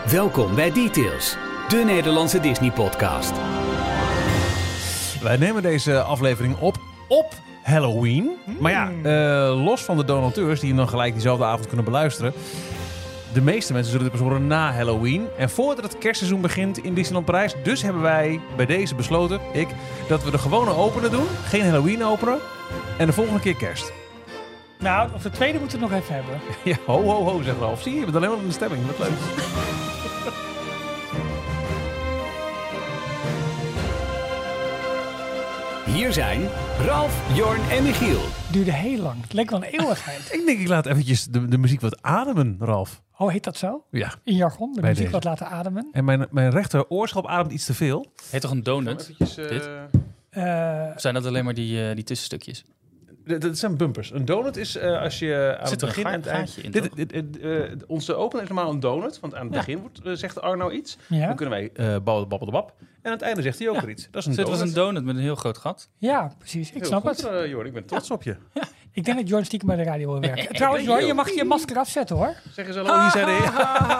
Welkom bij Details, de Nederlandse Disney-podcast. Wij nemen deze aflevering op Halloween. Maar ja, los van de donateurs die hem dan gelijk diezelfde avond kunnen beluisteren. De meeste mensen zullen dit pas horen na Halloween. En voordat het kerstseizoen begint in Disneyland Parijs. Dus hebben wij bij deze besloten, dat we de gewone opener doen. Geen Halloween opener. En de volgende keer kerst. Nou, of de tweede moeten we nog even hebben. Ja, ho, zeg Ralf. Zie je, je bent alleen maar in de stemming. Wat leuk. Hier zijn Ralf, Jorn en Michiel. Duurde heel lang. Het leek wel een eeuwigheid. Ik denk, ik laat eventjes de muziek wat ademen, Ralf. Oh, heet dat zo? Ja. In jargon, de Bij muziek deze. wat laten ademen. En mijn rechter oorschap ademt iets te veel. Heet toch een donut? Dit? Of zijn dat alleen maar die tussenstukjes? Dat zijn bumpers. Een donut is als je aan het Zit er begin een en het eind... gaatje in, Onze opener is normaal een donut. Want aan het begin zegt Arno iets. Ja, Dan kunnen wij babbel. En aan het einde zegt hij ook weer iets. Dat is een Dit donut. was een donut met een heel groot gat. ja precies. Ik Heel snap goed, het. Jorn, ik ben trots op je. Ik denk dat Jorn stiekem bij de radio wil werken. Trouwens, Jorn, je mag je masker afzetten, hoor. Zeg eens hallo, hier zijn de...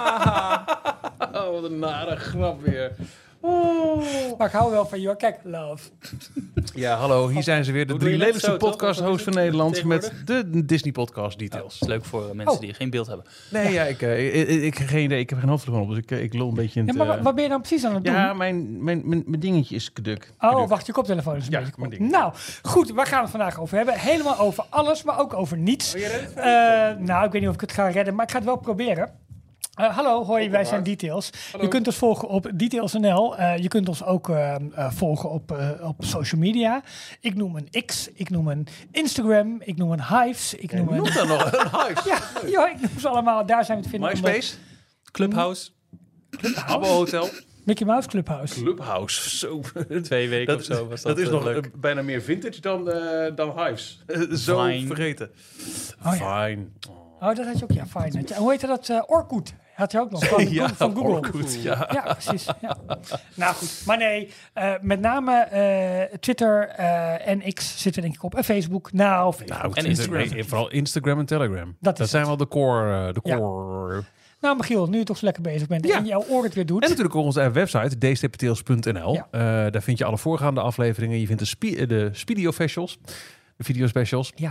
Oh, wat een nare grap weer. Maar ik hou wel van Jorn. Kijk, love. Ja, hallo, hier zijn ze weer. De Hoe doe je drie dat lelijkste zo, toch? podcast-hosts van Nederland met de Disney-podcast Dat Details. is leuk voor mensen die geen beeld hebben. Nee, ja, ik heb geen idee. Ik heb geen hoofdtelefoon op, dus ik lul een beetje in Ja, het... maar wat ben je dan precies aan het doen? Ja, mijn dingetje is keduk. Oh, wacht, je koptelefoon is een Ja, beetje mijn kapot. ding. Nou, goed, waar gaan we het vandaag over hebben? Helemaal over alles, maar ook over niets. Nou, ik weet niet of ik het ga redden, maar ik ga het wel proberen. Hallo, hoi, wij zijn Details. Hallo. Je kunt ons volgen op Details.nl. Je kunt ons ook volgen op social media. Ik noem een X, ik noem een Instagram, ik noem een Hives, ik noem een... Noem dan nog een huis. Ja, ik noem ze allemaal. Daar zijn we te vinden. MySpace, Clubhouse, Habbo Hotel, Mickey Mouse Clubhouse. Clubhouse. Zo. 2 weken of zo was dat. Dat is nog leuk. bijna meer vintage dan Hives. Zo Fine. vergeten. Oh, ja. Fine. Oh, dat had je ook, ja, fijn. Hoe heette dat? Orkut had je ook nog, van, Ja, van Google. Orkut, ja. Ja, precies. Ja. Nou goed, maar nee, met name Twitter en X zitten denk ik op. En Facebook, Facebook. En Instagram. Nee, vooral Instagram en Telegram. Dat is zijn het. wel de core. Ja. Nou Michiel, nu je toch zo lekker bezig bent en jouw oor het weer doet. En natuurlijk ook onze website, dstptails.nl. Ja. Daar vind je alle voorgaande afleveringen. Je vindt de Speedio Specials. De video specials. Ja.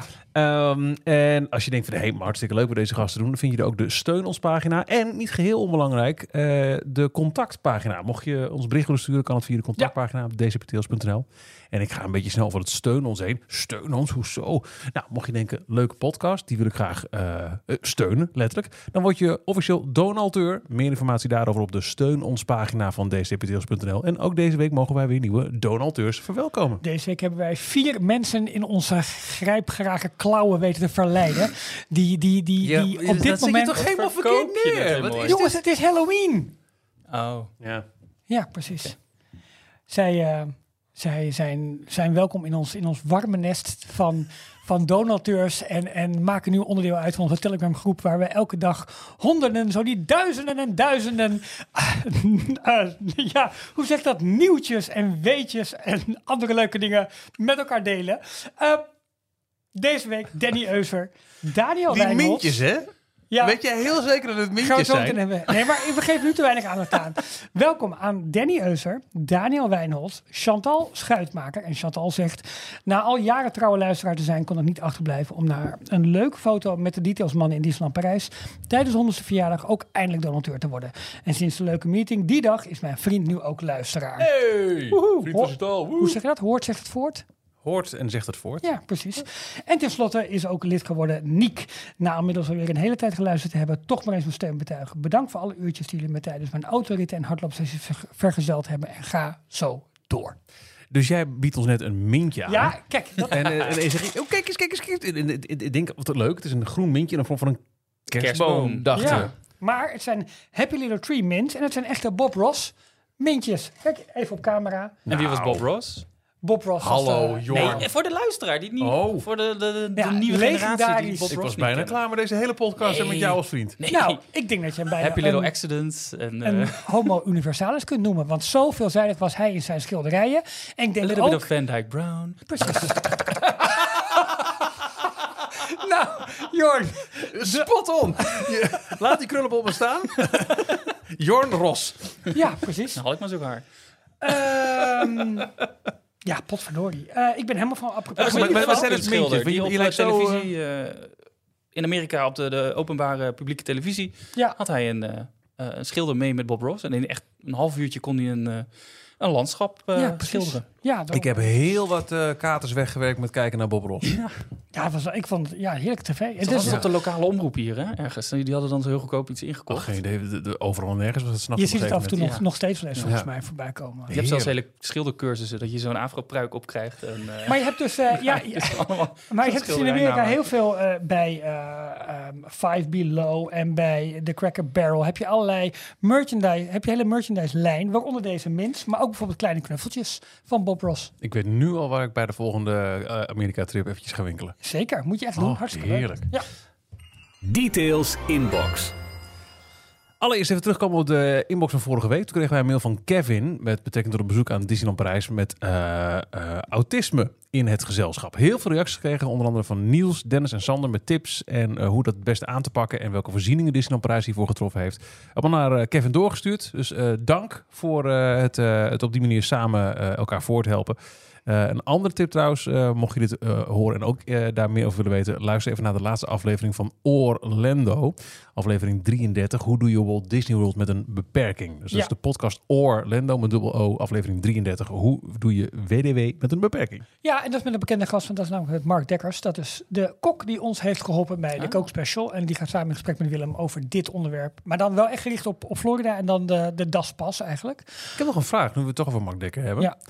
En als je denkt van, maar hartstikke leuk wat deze gasten doen, dan vind je er ook de steun ons pagina. En niet geheel onbelangrijk, de contactpagina. Mocht je ons bericht willen sturen, kan het via de contactpagina op dcptails.nl. En ik ga een beetje snel over het steun ons heen. Steun ons, hoezo? Nou, mocht je denken, leuke podcast, die wil ik graag steunen, letterlijk. Dan word je officieel donateur. Meer informatie daarover op de steun ons pagina van dcptails.nl. En ook deze week mogen wij weer nieuwe donateurs verwelkomen. Deze week hebben wij 4 mensen in onze grijpgrage klauwen weten te verleiden. Die op dit moment... toch helemaal verkoop je verkeerd dit neer? helemaal? Wat is Jongens, het is Halloween! Oh, Ja. Ja, precies. Zij zijn welkom in ons warme nest van donateurs en maken nu onderdeel uit van onze Telegram groep waar we elke dag honderden, zo die duizenden en duizenden, hoe zeg ik dat, nieuwtjes en weetjes en andere leuke dingen met elkaar delen. Deze week Danny Euser, Daniel Die Wijnholz. mintjes, hè? Ja. Weet jij heel zeker dat het Gaan we mintjes zo meteen zijn? hebben. Nee, maar we geven nu te weinig aandacht aan. Welkom aan Danny Euser, Daniel Wijnholz, Chantal Schuitmaker. En Chantal zegt, na al jaren trouwe luisteraar te zijn, kon ik niet achterblijven om naar een leuke foto met de Detailsmannen in Disneyland Parijs tijdens de 100ste verjaardag ook eindelijk donateur te worden. En sinds de leuke meeting die dag is mijn vriend nu ook luisteraar. Hey, Woehoe. vriend van Chantal, woe. Hoe zeg je dat? Hoort zegt het voort? Hoort en zegt het voort. Ja, precies. En tenslotte is ook lid geworden Niek. Na inmiddels alweer een hele tijd geluisterd te hebben, toch maar eens mijn steun betuigen. Bedankt voor alle uurtjes die jullie me tijdens mijn autoritten en hardloopsessies vergezeld hebben. En ga zo door. Dus jij biedt ons net een mintje aan. Ja, kijk. Dat, En je zegt, oh, kijk eens. En ik denk, wat leuk, het is een groen mintje in de vorm van een kerstboom, dacht je. ja. Maar het zijn Happy Little Tree mints en het zijn echte Bob Ross mintjes. Kijk, even op camera. en wie was Bob Ross? Bob Ross. Hallo, was, Jorn. Nee, voor de luisteraar, die niet, Oh. voor de Ja, nieuwe generatie die legendarisch. Bob Ik Ross was niet bijna kennen. klaar met deze hele podcast en met jou als vriend. Nee. Nou, ik denk dat je hem bijna Happy Little een- Accidents. En, een homo universalis kunt noemen. Want zo veelzijdig was hij in zijn schilderijen. En ik a denk little ook... bit of Van Dyke Brown. Precies. Nou, Jorn. Spot on! Laat die krullenbol maar staan. Jorn Ros. Ja, precies. Dan had ik maar zo haar. Ja, potverdorie. Ik ben helemaal van Dat is maar wat zijn het schilder mintjes? die op Je lijkt zo, televisie... in Amerika op de openbare publieke televisie... Ja. had hij een schilder mee met Bob Ross. En in echt een half uurtje kon hij een landschap schilderen. Ja, Ik heb heel wat katers weggewerkt met kijken naar Bob Ross. ik vond het heerlijk tv. Het was op de lokale omroep hier, hè? Ergens. Die hadden dan zo heel goedkoop iets ingekocht. Geen idee, overal nergens was het 's nachts. Je ziet het af en toe moment. nog steeds wel eens volgens mij voorbij komen. Je hebt zelfs hele schildercursussen dat je zo'n afropruik op krijgt. En, Maar je hebt dus, maar je hebt dus in Amerika heel veel bij Five Below en bij The Cracker Barrel heb je allerlei merchandise, heb je hele merchandise lijn, waaronder deze mints, maar ook bijvoorbeeld kleine knuffeltjes van Bob Ross. Ik weet nu al waar ik bij de volgende Amerika-trip eventjes ga winkelen. Zeker, moet je echt doen. Hartstikke heerlijk. leuk. Ja. Details inbox. Allereerst even terugkomen op de inbox van vorige week. Toen kregen wij een mail van Kevin met betrekking tot een bezoek aan Disneyland Parijs met autisme in het gezelschap. Heel veel reacties gekregen, onder andere van Niels, Dennis en Sander met tips en hoe dat het beste aan te pakken en welke voorzieningen Disneyland Parijs hiervoor getroffen heeft. Allemaal naar Kevin doorgestuurd. Dus dank voor het op die manier samen elkaar voorthelpen. Een andere tip trouwens, mocht je dit horen en ook daar meer over willen weten, luister even naar de laatste aflevering van Orlando. Aflevering 33, hoe doe je Walt Disney World met een beperking? Dus dat is de podcast Orlando met dubbel O, aflevering 33. Hoe doe je WDW met een beperking? Ja, en dat is met een bekende gast, want dat is namelijk Mark Dekkers. Dat is de kok die ons heeft geholpen bij de kookspecial. En die gaat samen in gesprek met Willem over dit onderwerp. Maar dan wel echt gericht op Florida en dan de daspas eigenlijk. Ik heb nog een vraag, nu we het toch over Mark Dekker hebben. Ja.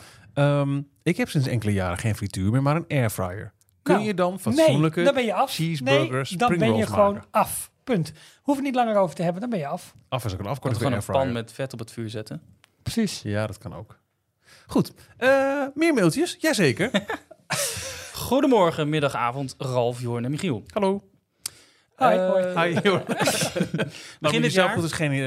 Ik heb sinds enkele jaren geen frituur meer, maar een airfryer. Kun je dan fatsoenlijke dan ben je af. cheeseburgers, dan ben je springrolls gewoon maken? af. Punt. Hoef het niet langer over te hebben, dan ben je af. Af is ook een Kon afkorting gewoon voor een airfryer. pan met vet op het vuur zetten. Precies. Ja, dat kan ook. Goed, meer mailtjes? Jazeker. Goedemorgen, middag, avond, Ralf, Jorn en Michiel. Hallo. Hi, Jorn. Begin dit jaar... Dus geen,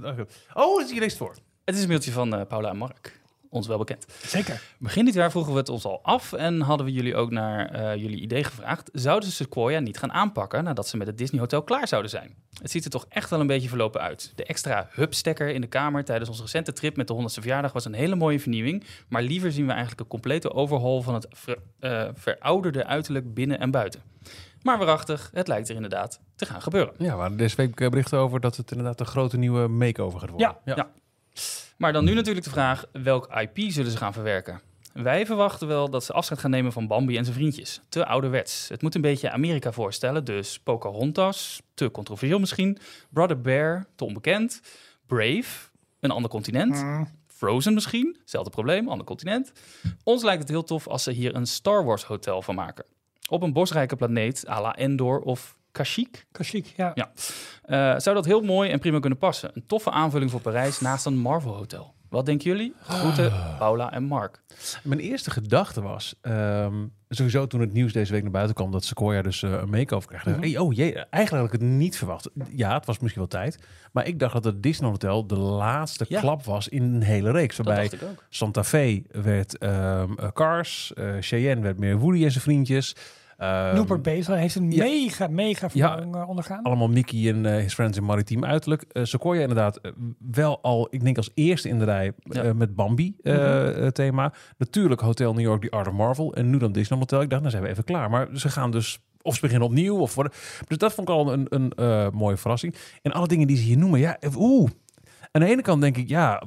dat is hier leest voor. Het is een mailtje van Paula en Mark. Ons wel bekend. Zeker. Begin dit jaar vroegen we het ons al af en hadden we jullie ook naar jullie idee gevraagd. Zouden ze Sequoia niet gaan aanpakken nadat ze met het Disney Hotel klaar zouden zijn? Het ziet er toch echt wel een beetje verlopen uit. De extra hubstekker in de kamer tijdens onze recente trip met de 100ste verjaardag was een hele mooie vernieuwing. Maar liever zien we eigenlijk een complete overhaul van het verouderde uiterlijk binnen en buiten. Maar waarachtig, het lijkt er inderdaad te gaan gebeuren. Ja, we hadden deze week berichten over dat het inderdaad een grote nieuwe make-over gaat worden. Ja. Maar dan nu natuurlijk de vraag, welk IP zullen ze gaan verwerken? Wij verwachten wel dat ze afscheid gaan nemen van Bambi en zijn vriendjes. Te ouderwets. Het moet een beetje Amerika voorstellen, dus Pocahontas, te controversieel misschien. Brother Bear, te onbekend. Brave, een ander continent. Frozen misschien, hetzelfde probleem, ander continent. Ons lijkt het heel tof als ze hier een Star Wars hotel van maken. Op een bosrijke planeet, à la Endor of Kashyyyk. Kashyyyk, ja. Zou dat heel mooi en prima kunnen passen. Een toffe aanvulling voor Parijs naast een Marvel hotel. Wat denken jullie? Groeten, Paula en Mark. Mijn eerste gedachte was, sowieso toen het nieuws deze week naar buiten kwam dat Sequoia dus een make-over krijgt. Eigenlijk had ik het niet verwacht. Ja, het was misschien wel tijd. Maar ik dacht dat het Disney Hotel de laatste klap was in een hele reeks. Waarbij Dat dacht ik ook. Santa Fe werd Cars, Cheyenne werd meer Woody en zijn vriendjes. Newport Bezel heeft een mega vervanging ondergaan. Allemaal Mickey en His Friends in maritiem uiterlijk. Sequoia inderdaad wel al, ik denk als eerste in de rij met Bambi thema. Natuurlijk Hotel New York, The Art of Marvel. En nu dan Disney Hotel. Ik dacht, nou zijn we even klaar. Maar ze gaan dus, of ze beginnen opnieuw. Dus dat vond ik al een mooie verrassing. En alle dingen die ze hier noemen, aan de ene kant denk ik, ja,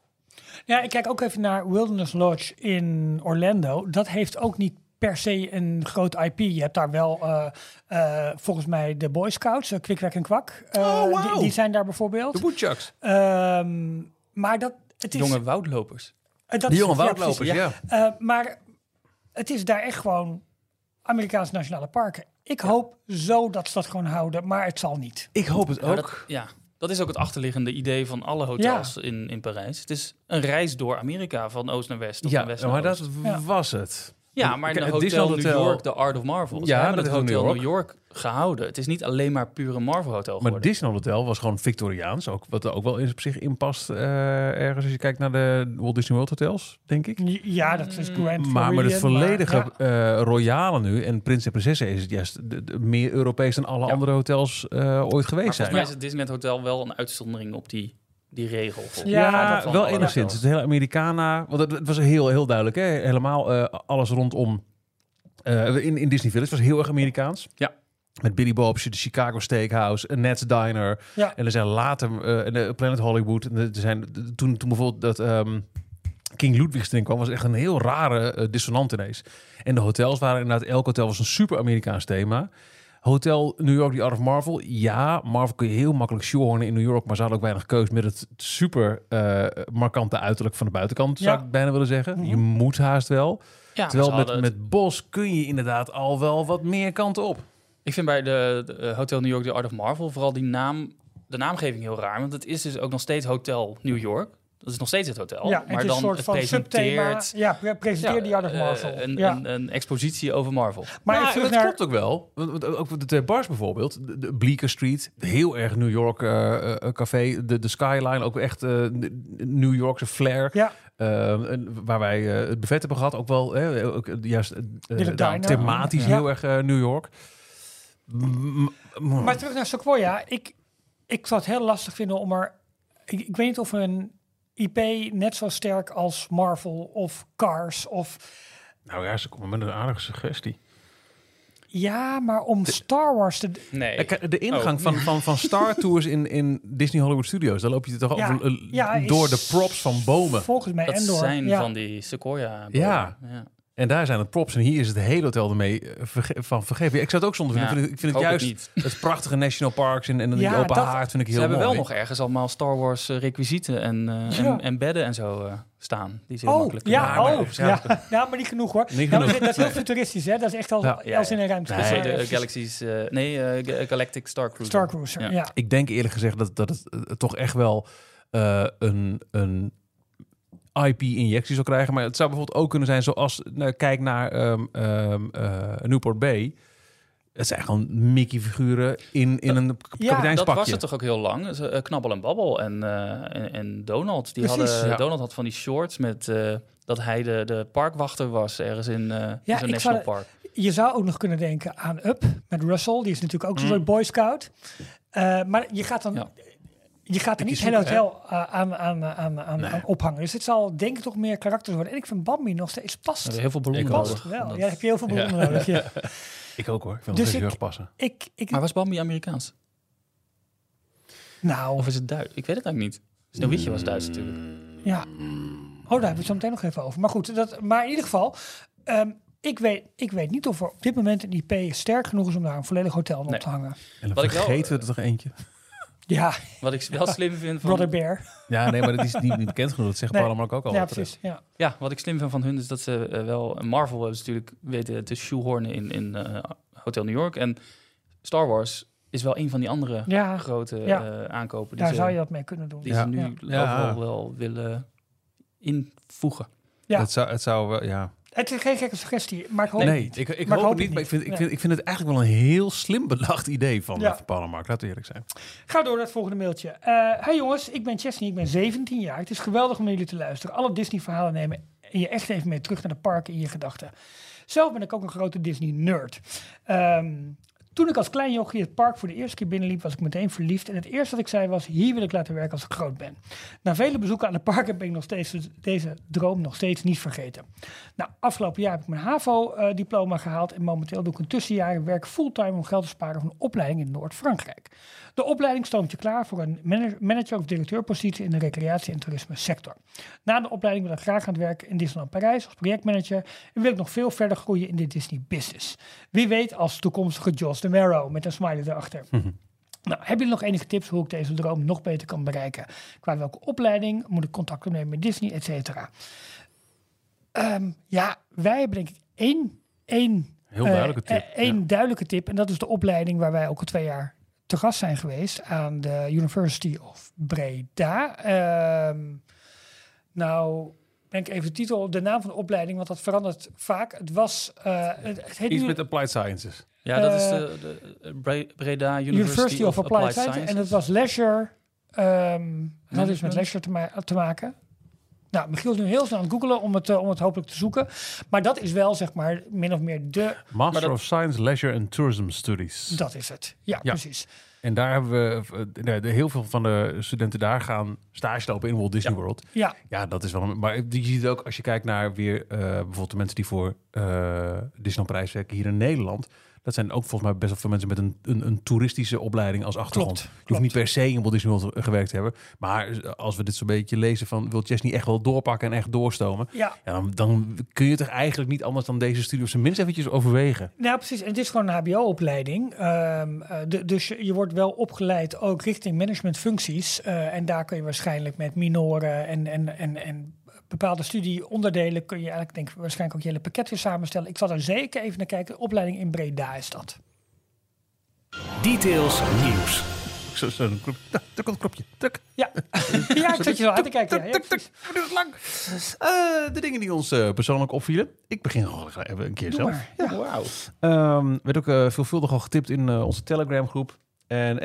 ik kijk ook even naar Wilderness Lodge in Orlando. Dat heeft ook niet per se een groot IP. Je hebt daar wel volgens mij de Boy Scouts, Kwik-Kwek en Kwak. Die zijn daar bijvoorbeeld. de Woodchucks. Maar het is... Jonge woudlopers. De jonge woudlopers, maar het is daar echt gewoon Amerikaanse nationale parken. Ik hoop zo dat ze dat gewoon houden, maar het zal niet. Ik hoop het ook. Dat is ook het achterliggende idee van alle hotels in Parijs. Het is een reis door Amerika, van oost naar west. Of van west naar maar oost. dat was het. Ja, maar in het Hotel New York, The Art of Marvel. Ja, hebben het dat Hotel New New York gehouden. Het is niet alleen maar puur een Marvel hotel geworden. Maar Disney Hotel was gewoon Victoriaans. Ook, wat er ook wel op zich in past ergens als je kijkt naar de Walt Disney World hotels, denk ik. Ja, dat is Grand Maar met het volledige maar, royale nu en Prins en Prinsessen is het juist meer Europees dan alle andere hotels ooit geweest zijn. Volgens mij is het Disneyland Hotel wel een uitzondering op die die regel. Ja, Ja, dat wel enigszins. Het is heel Americana. Want het was heel duidelijk. Hè? Helemaal alles rondom in Disney Village was heel erg Amerikaans. Ja. Met Billy Bob's, de Chicago Steakhouse, een Nat's Diner. Ja. En er zijn later Planet Hollywood. En er zijn toen bijvoorbeeld dat King Ludwig erin kwam, was echt een heel rare dissonant ineens. En de hotels waren inderdaad, elk hotel was een super Amerikaans thema. Hotel New York, The Art of Marvel. Ja, Marvel kun je heel makkelijk shoehornen in New York, maar ze hadden ook weinig keus met het super markante uiterlijk van de buitenkant, zou ik bijna willen zeggen. Je moet haast wel. Ja, Terwijl met Bos kun je inderdaad al wel wat meer kanten op. Ik vind bij de Hotel New York, The Art of Marvel, vooral de naamgeving heel raar. Want het is dus ook nog steeds Hotel New York. Dat is nog steeds het hotel. Ja, maar het is dan een soort het van subthema. presenteert... Ja, presenteer die Art of Marvel. Een expositie over Marvel. Maar Nou, even dat naar... klopt ook wel. Want ook de twee bars bijvoorbeeld. De Bleecker Street, heel erg New York café. De Skyline, ook echt New Yorkse flair. Ja. Waar wij het buffet hebben gehad. Ook wel ook, juist diner. thematisch Ja. heel erg New York. Maar terug naar Sequoia. Ik zou het heel lastig vinden om er... Ik weet niet of er een IP net zo sterk als Marvel of Cars of... Nou ja, ze komen met een aardige suggestie. Ja, maar om Star Wars te... Nee. De ingang van Star Tours in Disney Hollywood Studios, daar loop je toch Ja, over, ja, door de props van bomen. Volgens mij Dat Endor. zijn ja. van die Sequoia. Ja. En daar zijn het props en hier is het hele hotel ermee van vergeven. Ik zou het ook zonde vinden. Ja, Ik vind het hoop juist niet. het prachtige National Parks en die Ja, open dat- haard vind ik heel Ze hebben mooi. wel nog ergens allemaal Star Wars requisieten en bedden en zo staan. Die ze heel Oh, makkelijk ja, kunnen maar- ja, maar niet genoeg hoor. Niet Ja, maar genoeg. dat is heel futuristisch, hè? Dat is echt als, Ja. als in een ruimte. Nee, de Galaxy's... Galactic Star Cruiser. Star Cruiser, ja. Ik denk eerlijk gezegd dat het toch echt wel een IP-injectie zal krijgen. Maar het zou bijvoorbeeld ook kunnen zijn zoals... kijk naar Newport Bay. Het zijn gewoon Mickey-figuren in een kapiteinspakje. Dat was het toch ook heel lang. Knabbel en Babbel en Donald. Precies, Donald had van die shorts met dat hij de parkwachter was ergens in ik zo'n zou- national park. Je zou ook nog kunnen denken aan Up met Russell. Die is natuurlijk ook zo'n soort Boy Scout. Maar je gaat dan... Ja. Je gaat er niet het hele hotel aan ophangen. Dus het zal denk ik toch meer karakters worden. En ik vind Bambi nog steeds We past. hebben heel veel ballonnen Ik ook. Past nodig. wel. Dat- Ja, heb je heel veel ballonnen nodig. Ja. Ik ook hoor. Ik vind Dus het heel ik- erg passen. Maar was Bambi Amerikaans? Nou, Of is het Duits? Ik weet het eigenlijk niet. Sneeuwwitje was Duits natuurlijk. ja. Oh, daar hebben we het zo meteen nog even over. Maar goed, maar in ieder geval... ik weet niet of er op dit moment een IP sterk genoeg is om daar een volledig hotel op Nee. te hangen. En dan Wat ik wel- vergeten we er toch eentje. Ja, Wat ik wel slim vind van... Brother Bear. Ja, nee, maar dat is niet bekend genoeg. Dat zegt Nee. Paul Mark ook al. Ja, precies. Ja. Ja, wat ik slim vind van hun is dat ze wel... Marvel hebben ze natuurlijk weten te shoehornen in Hotel New York. En Star Wars is wel een van die andere Ja, grote aankopen. Die daar ze, zou je wat mee kunnen doen. die Ja. ze nu Ja. overal wel willen invoegen. Ja. Het zou wel, ja. Het is geen gekke suggestie, maar ik hoop Nee, niet. ik Maar hoop het niet. Maar ik vind het eigenlijk wel een heel slim bedacht idee van Paul en Mark. Laten we eerlijk zijn. Ga door naar het volgende mailtje. Hey jongens, ik ben Chesney, ik ben 17 jaar. Het is geweldig om naar jullie te luisteren. Alle Disney-verhalen nemen en je echt even mee terug naar de parken in je gedachten. Zelf ben ik ook een grote Disney-nerd. Toen ik als klein jochie het park voor de eerste keer binnenliep, was ik meteen verliefd. En het eerste wat ik zei was, hier wil ik laten werken als ik groot ben. Na vele bezoeken aan de parken ben ik nog steeds deze droom nog steeds niet vergeten. Nou, afgelopen jaar heb ik mijn HAVO-diploma gehaald. En momenteel doe ik een tussenjaar en werk fulltime om geld te sparen voor een opleiding in Noord-Frankrijk. De opleiding stoomt je klaar voor een manager- of directeurpositie in de recreatie- en toerisme sector. Na de opleiding wil ik graag aan het werk in Disneyland Parijs als projectmanager en wil ik nog veel verder groeien in de Disney business. Wie weet als toekomstige Joss de Marrow met een smiley erachter. Nou, hebben jullie nog enige tips hoe ik deze droom nog beter kan bereiken? Qua welke opleiding moet ik contact opnemen met Disney, et cetera? Wij hebben denk ik één Heel duidelijke tip. duidelijke tip. En dat is de opleiding waar wij ook al 2 jaar te gast zijn geweest aan de University of Breda. Nou, ben ik even de naam van de opleiding, want dat verandert vaak. Het was... het heet Iets nu met Applied Sciences. Ja, dat is de Breda University of Applied Sciences. En het was leisure. Dat is met Management? leisure te maken. Nou, Michiel is nu heel snel aan het googelen om het hopelijk te zoeken. Maar dat is wel, zeg maar, min of meer Master dat- of Science, Leisure and Tourism Studies. Dat is het. Ja, Ja. precies. En daar hebben we heel veel van de studenten daar gaan stage lopen in Walt Disney World. Ja. Ja, dat is wel. Maar je ziet het ook als je kijkt naar weer bijvoorbeeld de mensen die voor Disneyland Parijs werken hier in Nederland. Dat zijn ook volgens mij best wel veel mensen met een toeristische opleiding als achtergrond. Klopt. Je hoeft niet per se in Walt Disney World gewerkt te hebben. Maar als we dit zo'n beetje lezen van wil Disney echt wel doorpakken en echt doorstomen. Ja. Ja, dan kun je toch eigenlijk niet anders dan deze studie op zijn minst eventjes overwegen. Ja, precies. En het is gewoon een HBO-opleiding. Dus je wordt wel opgeleid ook richting managementfuncties. En daar kun je waarschijnlijk met minoren en bepaalde studieonderdelen kun je eigenlijk denk ik waarschijnlijk ook je hele pakket weer samenstellen. Ik zal er zeker even naar kijken. De opleiding in Breda is dat. Details nieuws. Zo'n knop. Daar komt een knopje. Tuk. Ja, ja ik zat je zo aan te kijken. Ja, precies. Lang. De dingen die ons persoonlijk opvielen. Ik begin gewoon even een keer Doe zelf. maar. Wauw. Werd ook veelvuldig al getipt in onze Telegram groep. En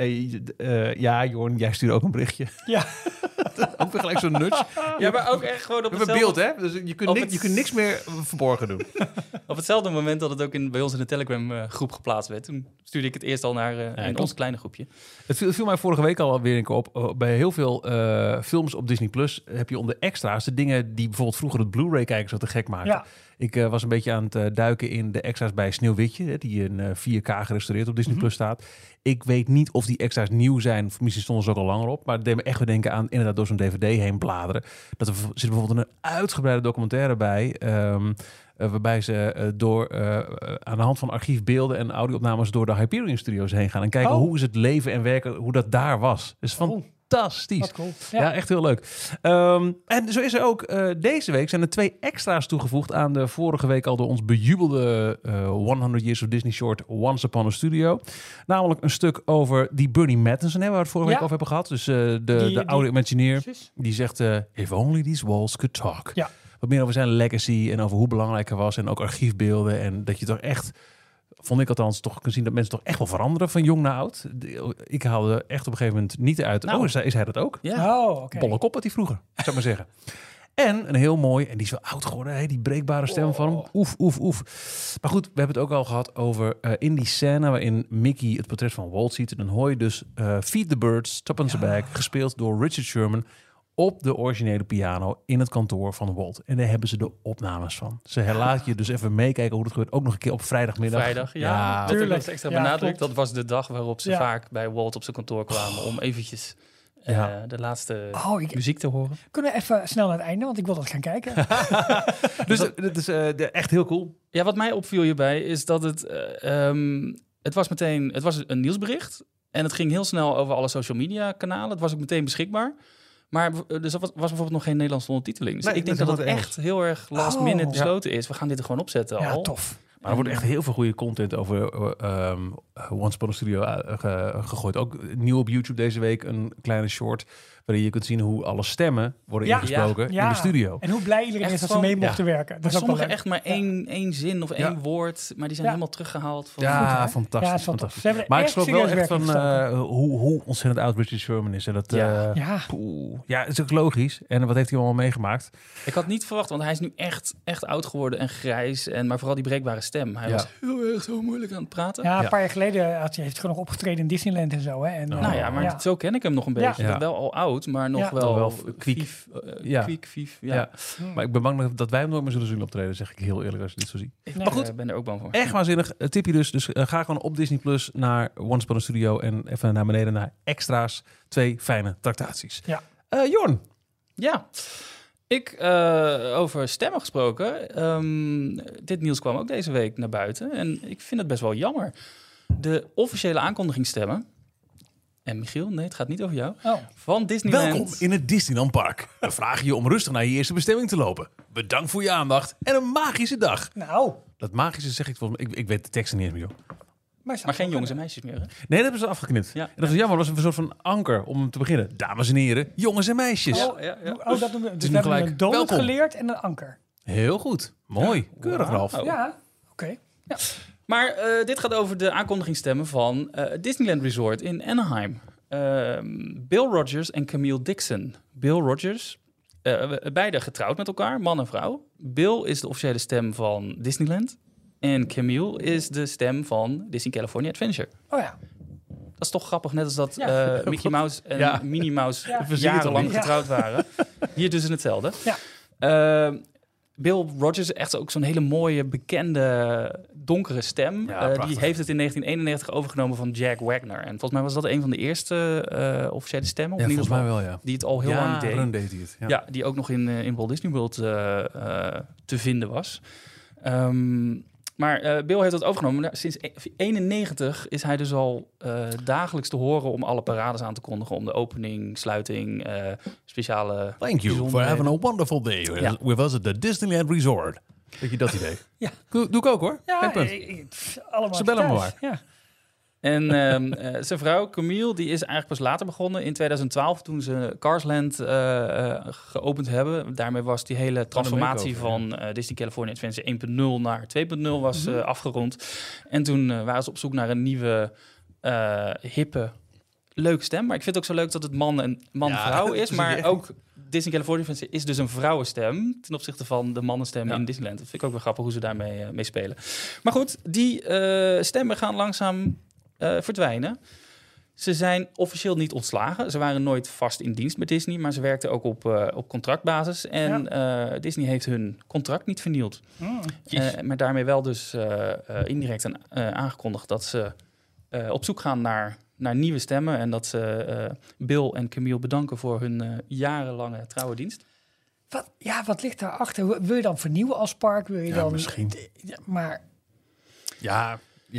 ja, Jorn, jij stuurde ook een berichtje. Ja. Ook weer gelijk zo'n nudge. Ja, maar ook echt gewoon op We hebben hetzelfde, beeld, hè? Dus je kunt niks meer verborgen doen. op hetzelfde moment dat het ook bij ons in de Telegram groep geplaatst werd. Toen stuurde ik het eerst al naar in klopt. ons kleine groepje. Het viel mij vorige week al weer een keer op. Bij heel veel films op Disney Plus heb je onder extra's de dingen die bijvoorbeeld vroeger het Blu-ray-kijkers zo te gek maakten. Ja. Ik was een beetje aan het duiken in de extra's bij Sneeuwwitje, hè, die in 4K gerestaureerd op Disney Plus staat. Ik weet niet of die extra's nieuw zijn, misschien stonden ze ook al langer op, maar het deed me echt weer denken aan inderdaad door zo'n DVD heen bladeren. Dat er zit bijvoorbeeld een uitgebreide documentaire bij, waarbij ze aan de hand van archiefbeelden en audio-opnames door de Hyperion Studios heen gaan en kijken hoe is het leven en werken, hoe dat daar was. Dus fantastisch. Wat cool. Ja, echt heel leuk. En zo is er ook deze week zijn er 2 extra's toegevoegd aan de vorige week al door ons bejubelde 100 Years of Disney short Once Upon a Studio. Namelijk een stuk over die Bernie Mattison, waar we het vorige week over hebben gehad. Dus de oude Imagineer, die zegt if only these walls could talk. Ja. Wat meer over zijn legacy en over hoe belangrijk hij was en ook archiefbeelden en dat je toch echt... Vond ik althans toch kunnen zien dat mensen toch echt wel veranderen van jong naar oud. Ik haalde echt op een gegeven moment niet uit. Nou. Is hij dat ook? Ja. Oké. Bolle kop had hij vroeger, zou ik maar zeggen. En een heel mooi, en die is wel oud geworden, hè, die breekbare stem van hem. Oef, oef, oef. Maar goed, we hebben het ook al gehad over in die scène waarin Mickey het portret van Walt ziet. En dan hoor je dus Feed the Birds, Top on the Bag, gespeeld door Richard Sherman op de originele piano in het kantoor van Walt. En daar hebben ze de opnames van. Ze laat je dus even meekijken hoe het gebeurt. Ook nog een keer op vrijdagmiddag. Vrijdag, Ja, dat werd extra benadrukt. klopt. Dat was de dag waarop ze vaak bij Walt op zijn kantoor kwamen om eventjes de laatste muziek te horen. Kunnen we even snel naar het einde, want ik wil dat gaan kijken. Dus het is echt heel cool. Ja, wat mij opviel hierbij is dat het was een nieuwsbericht en het ging heel snel over alle social media kanalen. Het was ook meteen beschikbaar. Maar dus er was bijvoorbeeld nog geen Nederlandse ondertiteling. Dus Nee, ik denk dat dat is het wel echt heel erg last minute besloten is. We gaan dit er gewoon opzetten al. Ja, tof. Maar er wordt echt heel veel goede content over Once Upon a Studio gegooid. Ook nieuw op YouTube deze week een kleine short waarin je kunt zien hoe alle stemmen worden ingesproken in de studio. En hoe blij iedereen Echt is dat ze mee mochten werken. Dat Maar is ook wel sommige leuk. echt maar één zin of één woord. Maar die zijn helemaal teruggehaald. Van Ja, goed, hè? fantastisch. Ja, is wel tof. fantastisch. Ze hebben er Maar ik echt schrok wel serieus echt van werk in hoe ontzettend oud Richard Sherman is. En dat, Ja. ja, het is ook logisch. En wat heeft hij allemaal meegemaakt? Ik had niet verwacht, want hij is nu echt oud geworden en grijs. Maar vooral die breekbare stem. Hij was heel erg zo moeilijk aan het praten. Ja, een paar jaar geleden heeft hij gewoon nog opgetreden in Disneyland en zo. Hè? En, Nou ja, maar zo ken ik hem nog een beetje. Ja. Wel al oud, maar nog wel kwiek. vief. Ja. Kwiek, vief. Ja. Maar ik ben bang dat wij hem nooit meer zullen zien optreden, zeg ik heel eerlijk als je dit zo ziet. Ik Maar goed. ben er ook bang voor. Echt waanzinnig. Tipje dus. Dus ga gewoon op Disney Plus naar Once Upon a Studio en even naar beneden naar extra's. 2 fijne tractaties. Ja. Jorn. Ja. Over stemmen gesproken. Dit nieuws kwam ook deze week naar buiten. En ik vind het best wel jammer. De officiële aankondigingsstemmen. En Michiel, nee, het gaat niet over jou. Van Disneyland. Welkom in het Disneyland Park. We vragen je om rustig naar je eerste bestemming te lopen. Bedankt voor je aandacht en een magische dag. Nou. Dat magische zeg ik volgens mij. Ik weet de teksten niet eens meer, joh. Maar geen jongens en meisjes meer, hè? Nee, dat hebben ze afgeknipt. Ja. En dat is jammer. Dat was een soort van anker om te beginnen. Dames en heren, jongens en meisjes. Dat doen we. Dus nu we hebben gelijk een donut welkom. geleerd en een anker. Heel goed. Mooi. Keurig, Ralf. Oh. Ja, oké. Ja. Maar dit gaat over de aankondigingsstemmen van Disneyland Resort in Anaheim. Bill Rogers en Camille Dixon. Bill Rogers, beide getrouwd met elkaar, man en vrouw. Bill is de officiële stem van Disneyland. En Camille is de stem van Disney California Adventure. Oh ja. is toch grappig, net als dat Mickey Mouse en Ja. Minnie Mouse Ja. jarenlang Ja. getrouwd waren. Hier dus hetzelfde. Ja. Bill Rogers, echt ook zo'n hele mooie, bekende, donkere stem. Ja, prachtig. Die heeft het in 1991 overgenomen van Jack Wagner. En volgens mij was dat een van de eerste officiële stemmen. Of Ja, in ieder volgens mij geval wel, ja. die het al heel lang deed. Jaren deed hij het. Ja. Ja, die ook nog in Walt Disney World te vinden was. Maar Bill heeft dat overgenomen. Sinds 1991 is hij dus al dagelijks te horen om alle parades aan te kondigen. Om de opening, sluiting, speciale Thank you for bijzonderheden. having a wonderful day Ja. with us at the Disneyland Resort. Weet je dat idee? Ja. Doe ik ook hoor. Ja, Geen punt. allemaal Ze bellen me thuis. Ja. En zijn vrouw Camille, die is eigenlijk pas later begonnen. In 2012, toen ze Carsland geopend hebben. Daarmee was die hele transformatie van Disney California Adventure 1.0 naar 2.0 was afgerond. En toen waren ze op zoek naar een nieuwe, hippe, leuke stem. Maar ik vind het ook zo leuk dat het man-vrouw is. Maar ook Disney California Adventure is dus een vrouwenstem ten opzichte van de mannenstem in Disneyland. Dat vind ik ook wel grappig hoe ze daarmee mee spelen. Maar goed, die stemmen gaan langzaam verdwijnen. Ze zijn officieel niet ontslagen. Ze waren nooit vast in dienst bij Disney, maar ze werkten ook op contractbasis. En Disney heeft hun contract niet vernield. Maar daarmee wel dus indirect aangekondigd dat ze op zoek gaan naar nieuwe stemmen. En dat ze Bill en Camille bedanken voor hun jarenlange trouwe dienst. Wat ligt daarachter? Wil je dan vernieuwen als park? Wil je Ja, dan misschien. Ja, maar Ja,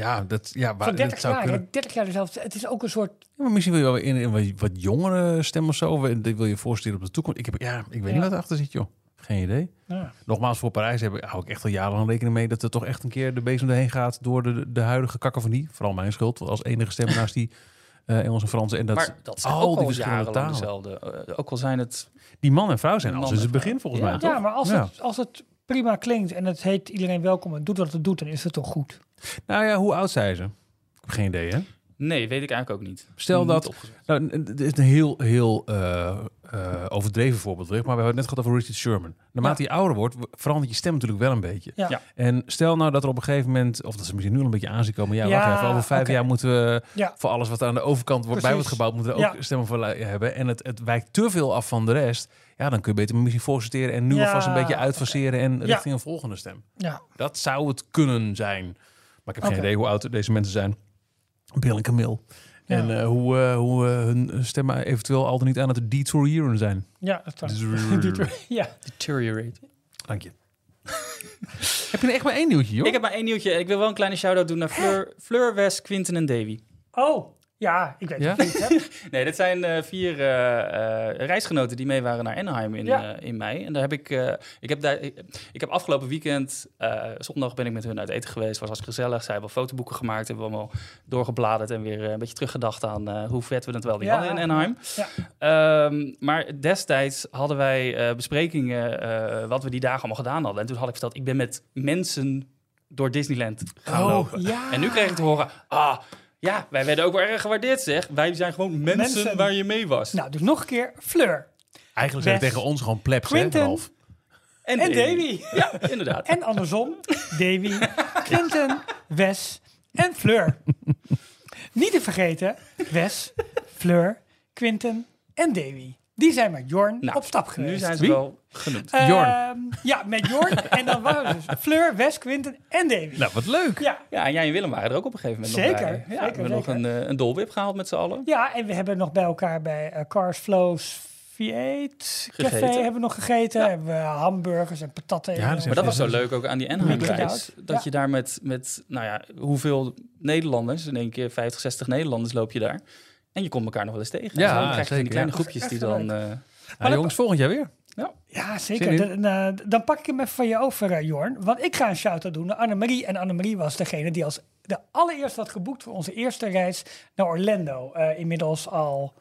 van 30 zou jaar, kunnen. 30 jaar dezelfde. Het is ook een soort. Ja, maar misschien wil je wel in een wat jongere stem of zo. Wil je voorstellen op de toekomst. Ik weet niet wat erachter zit, joh. Geen idee. Ja. Nogmaals, voor Parijs hou ik echt al jarenlang rekening mee dat er toch echt een keer de bezem erheen gaat door de huidige cacophonie. Vooral mijn schuld, als enige stem naast die Engels en Frans. En Maar dat zijn al ook die al verschillende jarenlang talen. dezelfde. Ook al zijn het... Die man en vrouw zijn al Man sinds en het begin vrouw. volgens mij, toch? Ja, maar als het prima klinkt en het heet iedereen welkom en doet wat het doet, dan is het toch goed. Nou ja, hoe oud zijn ze? Ik heb geen idee, hè? Nee, weet ik eigenlijk ook niet. Stel Niet dat... opgezocht. Nou, het is een heel overdreven voorbeeld, maar we hebben het net gehad over Richard Sherman. Naarmate je ouder wordt, verandert je stem natuurlijk wel een beetje. Ja. Ja. En stel nou dat er op een gegeven moment, of dat ze misschien nu al een beetje aanzien komen, wacht even, over 5 jaar moeten we voor alles wat aan de overkant bij wordt gebouwd, moeten we ook stemmen voor hebben. En het wijkt te veel af van de rest. Ja, dan kun je beter misschien voorsorteren en nu alvast een beetje uitfaseren en richting een volgende stem. Ja. Dat zou het kunnen zijn. Maar ik heb geen idee hoe oud deze mensen zijn. Bill en Camille. Ja. En hoe hun stemmen eventueel al dan niet aan het deterioreren zijn. Ja, dat kan. Ja. Deteriorate. Dank je. Heb je er echt maar één nieuwtje, joh? Ik heb maar één nieuwtje. Ik wil wel een kleine shout-out doen naar Fleur, Wes, Quinten en Davy. Oh, ja, ik weet Ja? het niet. Nee, dit zijn 4 reisgenoten die mee waren naar Anaheim in mei. En daar heb ik heb afgelopen weekend, zondag ben ik met hun uit eten geweest. Was gezellig. Zij hebben fotoboeken gemaakt. Hebben we allemaal doorgebladerd en weer een beetje teruggedacht aan hoe vet we het wel hadden in Anaheim. Ja. Maar destijds hadden wij besprekingen wat we die dagen allemaal gedaan hadden. En toen had ik verteld, ik ben met mensen door Disneyland gaan lopen. Ja. En nu kreeg ik te horen, ja, wij werden ook wel erg gewaardeerd, zeg. Wij zijn gewoon mensen waar je mee was. Nou, dus nog een keer Fleur. Eigenlijk zijn het Wes, tegen ons gewoon plebs, hè, Quinten. Ralf? En Davy. Ja, inderdaad. En andersom, Davy, Quinten, Wes en Fleur. Niet te vergeten, Wes, Fleur, Quinten en Davy. Die zijn met Jorn op stap geweest. Nu zijn ze Wie? wel genoemd. Jorn. Ja, met Jorn. En dan waren we dus Fleur, Wes, Quinten en Davy. Nou, wat leuk. Ja. Ja, en jij en Willem waren er ook op een gegeven moment Zeker, nog bij. Ja, zeker, we hebben nog een dolwip gehaald met z'n allen. Ja, en we hebben nog bij elkaar bij Cars Flows V8 Café Gegeten. hebben we nog gegeten. Ja. Hebben we hamburgers en patatten. Ja, dat is Maar dat was zo leuk ook aan die Anaheim-reis. Weekend Dat out. je daar met, nou ja, hoeveel Nederlanders, in één keer 50, 60 Nederlanders loop je daar. En je komt elkaar nog wel eens tegen. Ja, En dan krijg je van die zeker, kleine ja. groepjes Dat die is echt dan... Nou, jongens, volgend jaar weer. Ja, Zin zeker. Dan pak ik hem even van je over, Jorn. Want ik ga een shout-out doen naar Annemarie. En Annemarie was degene die als de allereerste had geboekt voor onze eerste reis naar Orlando. Inmiddels al...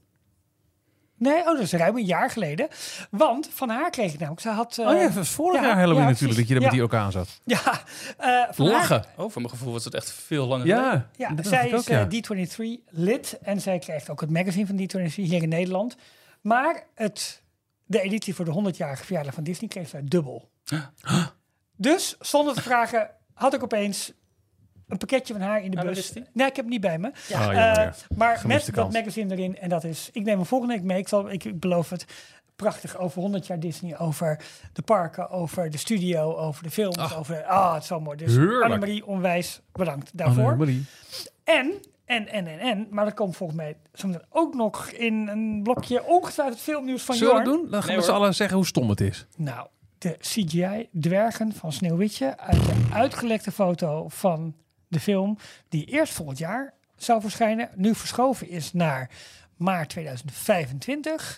Nee, dat is ruim een jaar geleden. Want van haar kreeg ik namelijk... Ze had, dat was vorig jaar Halloween natuurlijk, dat je er met die ook aan zat. Ja, van haar- Lachen. Oh, voor mijn gevoel was het echt veel langer geleden. Ja, Ja, dat zij dacht is ik ook, ja. D23 lid en zij krijgt ook het magazine van D23 hier in Nederland. Maar de editie voor de 100-jarige verjaardag van Disney kreeg zij dubbel. Dus zonder te vragen had ik opeens een pakketje van haar in de waar bus. is die? Nee, ik heb hem niet bij me. jammer. Maar Gemiste met dat kans. magazine erin. En dat is... Ik neem hem volgende week mee. Ik beloof het. Prachtig over 100 jaar Disney. Over de parken. Over de studio. Over de films. Het is zo mooi. Dus Heerlijk. Annemarie, onwijs bedankt daarvoor. Annemarie. En, maar dat komt volgens mij zometeen ook nog in een blokje ongetwijfeld filmnieuws van Zullen we Jorn. dat doen? Dan gaan Nee, we z'n hoor. allen zeggen hoe stom het is. Nou, de CGI-dwergen van Sneeuwwitje uit de uitgelekte foto van de film die eerst volgend jaar zou verschijnen, nu verschoven is naar maart 2025.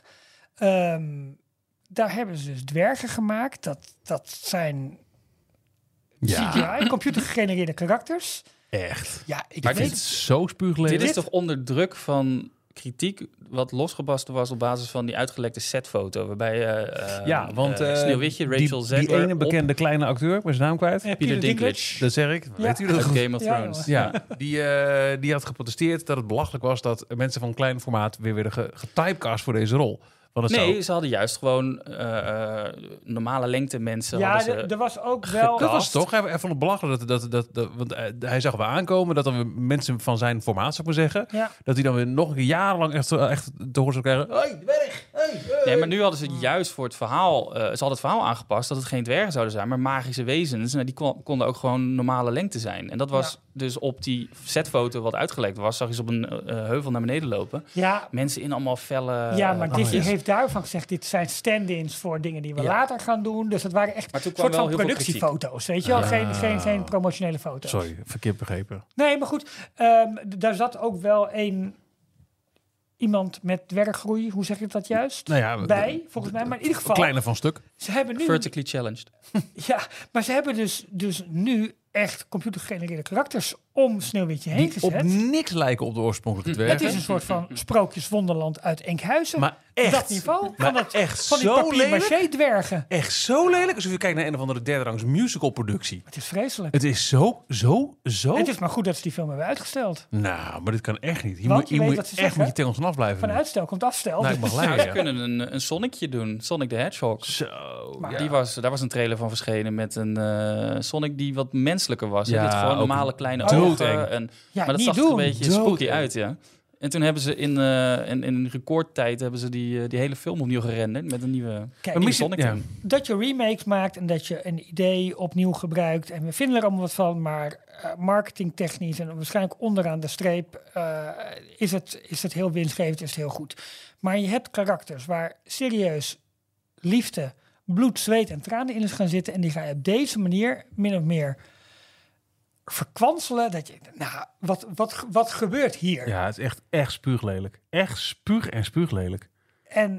Daar hebben ze dus dwergen gemaakt. Dat zijn CGI, computergegenereerde karakters. Echt. Ja, ik Maar Ik vind weet het zo spuuglelijk. Dit is toch onder druk van kritiek wat losgebarsten was op basis van die uitgelekte setfoto. Waarbij Sneeuwwitje, Rachel die Zegler ene bekende kleine acteur, ik ben zijn naam kwijt. Peter Dinklage Dat zeg ik. Weet u dat? uit Game of Ja, Thrones. jongen. Ja, die had geprotesteerd dat het belachelijk was dat mensen van klein formaat weer werden getypecast voor deze rol. Want het Nee, zou- ze hadden juist gewoon normale lengte mensen. Ja, hadden ze er was ook wel... dat was toch even het belachelijk. Want hij zag wel aankomen dat dan weer mensen van zijn formaat, zou ik maar zeggen, Ja. dat hij dan weer nog een keer jarenlang echt te horen zou krijgen. Hey, dwerg! Hey, Nee, maar nu hadden ze juist voor het verhaal... ze hadden het verhaal aangepast dat het geen dwergen zouden zijn, maar magische wezens. Nou, die konden ook gewoon normale lengte zijn. En dat was dus op die setfoto wat uitgelekt was, zag je ze op een heuvel naar beneden lopen. Ja, Mensen in allemaal felle... ja, maar Disney ja. heeft daarvan gezegd, dit zijn stand-ins voor dingen die we Ja. later gaan doen. Dus dat waren echt Maar toen een kwam soort van wel heel veel productiefoto's, weet je wel? Geen promotionele foto's. Sorry, verkeerd begrepen. Nee, maar goed, daar zat ook wel iemand met dwerggroei, hoe zeg ik dat juist? Nou ja, Bij, volgens mij. Maar in ieder geval, Kleine van stuk. ze hebben nu... Vertically challenged. Ja, maar ze hebben dus nu echt computergegenereerde karakters om Sneeuwwitje heen Die op gezet. niks lijken op de oorspronkelijke dwergen. Het is een soort van sprookjeswonderland uit Enkhuizen. Maar echt. Dat niveau Maar van, echt van die zo papier-maché dwergen. Echt zo lelijk. Alsof je kijkt naar een of andere derde rangs musicalproductie. Het is vreselijk. Het is zo. Het is maar goed dat ze die film hebben uitgesteld. Nou, maar dit kan echt niet. Hier Want moet je je, weet moet wat ze echt zeggen. moet je tegen ons vanaf blijven. Van nu. uitstel komt afstel. Nou, ik mag Nou, leiden. ze kunnen een Sonicje doen. Sonic the Hedgehog. Zo. Maar ja. Daar was een trailer van verschenen met een Sonic die wat menselijker was. Ja, Ja, gewoon ook normale kleine doodeng. ogen. En, Ja, maar dat niet zag er een doen. beetje Doodeng. spooky uit, ja. En toen hebben ze in een recordtijd hebben ze die hele film opnieuw gerenderd met een nieuwe Kijk, Maar Sonic ja. toen. dat je remakes maakt en dat je een idee opnieuw gebruikt. En we vinden er allemaal wat van, maar marketingtechnisch en waarschijnlijk onderaan de streep is het heel winstgevend, is het heel goed. Maar je hebt karakters waar serieus liefde, bloed, zweet en tranen in is gaan zitten. En die ga je op deze manier min of meer verkwanselen. Dat je, nou, wat gebeurt hier? Ja, het is echt spuuglelijk. Echt spuuglelijk. En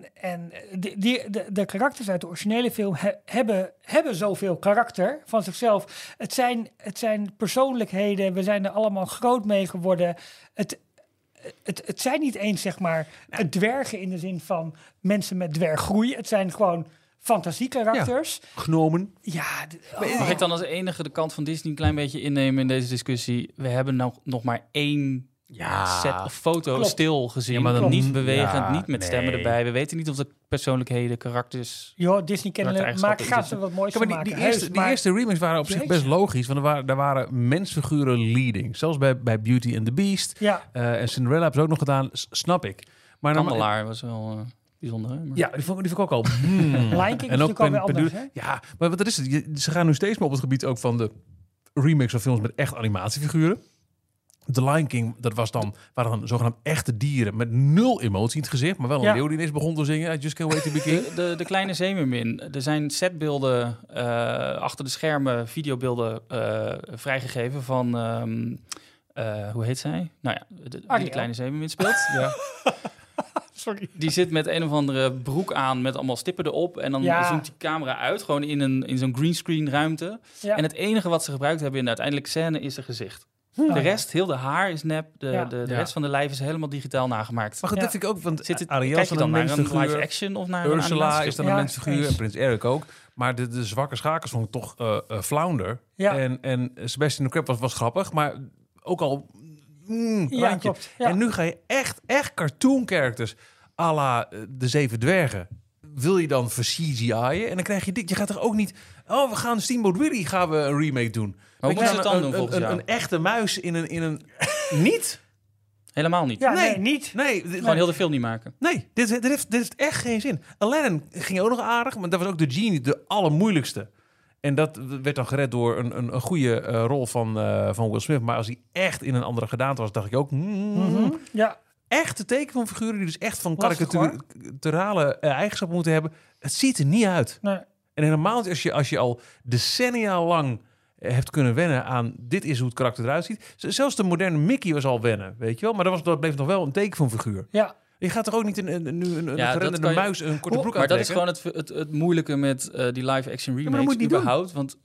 de karakters uit de originele film hebben zoveel karakter van zichzelf. Het zijn persoonlijkheden. We zijn er allemaal groot mee geworden. Het zijn niet eens, zeg maar, dwergen in de zin van mensen met dwerggroei. Het zijn gewoon fantasiekarakters. Genomen. Ja, Mag ik dan als enige de kant van Disney een klein beetje innemen in deze discussie? We hebben nog maar één set of foto Klopt. stil gezien. Ja, maar dan- niet bewegend, ja, niet met stemmen nee. erbij. We weten niet of de persoonlijkheden, karakters... joh, Disney kennelijk Karaktereigenschappen gaat in ze wat moois Ja, van maar maken. die Heus, maar- eerste remakes waren op zich best Jeetje. logisch. Want daar waren mensfiguren leading. Zelfs bij Beauty and the Beast. Ja, En Cinderella hebben ze ook nog gedaan. Snap ik. Maar dan, Kandelaar was wel bijzonder, hè? Maar- Ja, die vond ik ook al. Lion King is natuurlijk alweer anders, hè? Ja, maar wat is het? Ze gaan nu steeds meer op het gebied ook van de remakes van films met echt animatiefiguren. The Lion King, waren dan zogenaamd echte dieren met 0 emotie in het gezicht, maar wel een Ja. leeuw die ineens begon te zingen. I just can't wait to be king. De kleine zeemermin. Er zijn setbeelden achter de schermen, videobeelden vrijgegeven van... hoe heet zij? Nou ja, die Ariel. de kleine zeemermin speelt. Ja. Sorry. Die zit met een of andere broek aan met allemaal stippen erop. En dan Ja. zoomt die camera uit, gewoon in zo'n greenscreen ruimte. Ja. En het enige wat ze gebruikt hebben in de uiteindelijke scène is haar gezicht. Oh, De ja. rest, heel de haar is nep. De Ja. rest van de lijf is helemaal digitaal nagemaakt. Maar goed, Ja. dat vind ik ook, want Kijk Ariel is je dan dan een naar een live mensfiguur. action of naar een Ursula is animatiefilm? dan een Ja, mensfiguur eens. en Prins Eric ook. Maar de zwakke schakers vond ik toch Flounder. Ja. En Sebastian de Crab was grappig, maar ook al Ja, randje. klopt. Ja. En nu ga je echt cartoon characters à la de 7 dwergen. wil je dan ver-CGI'en? En dan krijg je dit. Je gaat toch ook niet... Oh, we gaan Steamboat Willie gaan we een remake doen. Maar Weet hoe je, moet je het dan doen volgens jou? Een echte muis in een... Niet? Helemaal niet. Ja, Nee. nee, niet. Nee. Gewoon heel de film niet maken. Nee, dit heeft echt geen zin. Aladdin ging ook nog aardig, maar dat was ook de genie, de allermoeilijkste. En dat werd dan gered door een goede rol van Will Smith. Maar als hij echt in een andere gedaante was, dacht ik ook... Ja, Echte tekenfilmfiguren die dus echt van Lastig, karikaturale eigenschappen moeten hebben. Het ziet er niet uit. nee. En helemaal als je al decennia lang hebt kunnen wennen aan dit is hoe het karakter eruit ziet. Zelfs de moderne Mickey was al wennen, weet je wel. Maar dat bleef nog wel een tekenfilmfiguur. Ja. Je gaat toch ook niet een Ja, gerenderde dat kan je- muis een korte broek Maar dat is aantrekken? gewoon het moeilijke met die live-action maar dat remakes moet je niet überhaupt. Want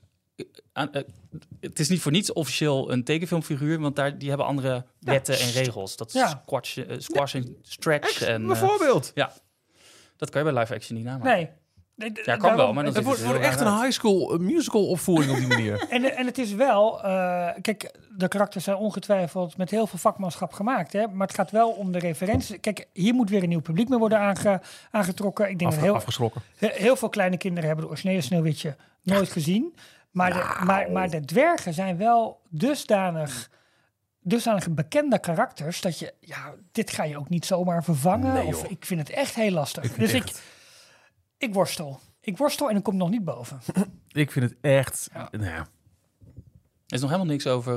het is niet voor niets officieel een tekenfilmfiguur, want die hebben andere wetten en regels. Dat is Ja. squash en stretch. En, Bijvoorbeeld. dat kan je bij live-action niet namaken. Nee. Ja, kan wel, maar dan Het ziet het wordt heel echt raar een uit. high school musical opvoering op die manier. En het is wel... kijk, de karakters zijn ongetwijfeld met heel veel vakmanschap gemaakt. Hè? Maar het gaat wel om de referenties. Kijk, hier moet weer een nieuw publiek mee worden aangetrokken. Ik denk dat Afgeschrokken. heel veel kleine kinderen hebben de originele Sneeuwwitje nooit gezien. Maar de dwergen zijn wel dusdanig bekende karakters dat je... Ja, dit ga je ook niet zomaar vervangen. Nee, Of joh. ik vind het echt heel lastig. Ik vind Dus echt- ik worstel. Ik worstel en ik kom nog niet boven. Ik vind het echt... Ja. Nou ja. Er is nog helemaal niks over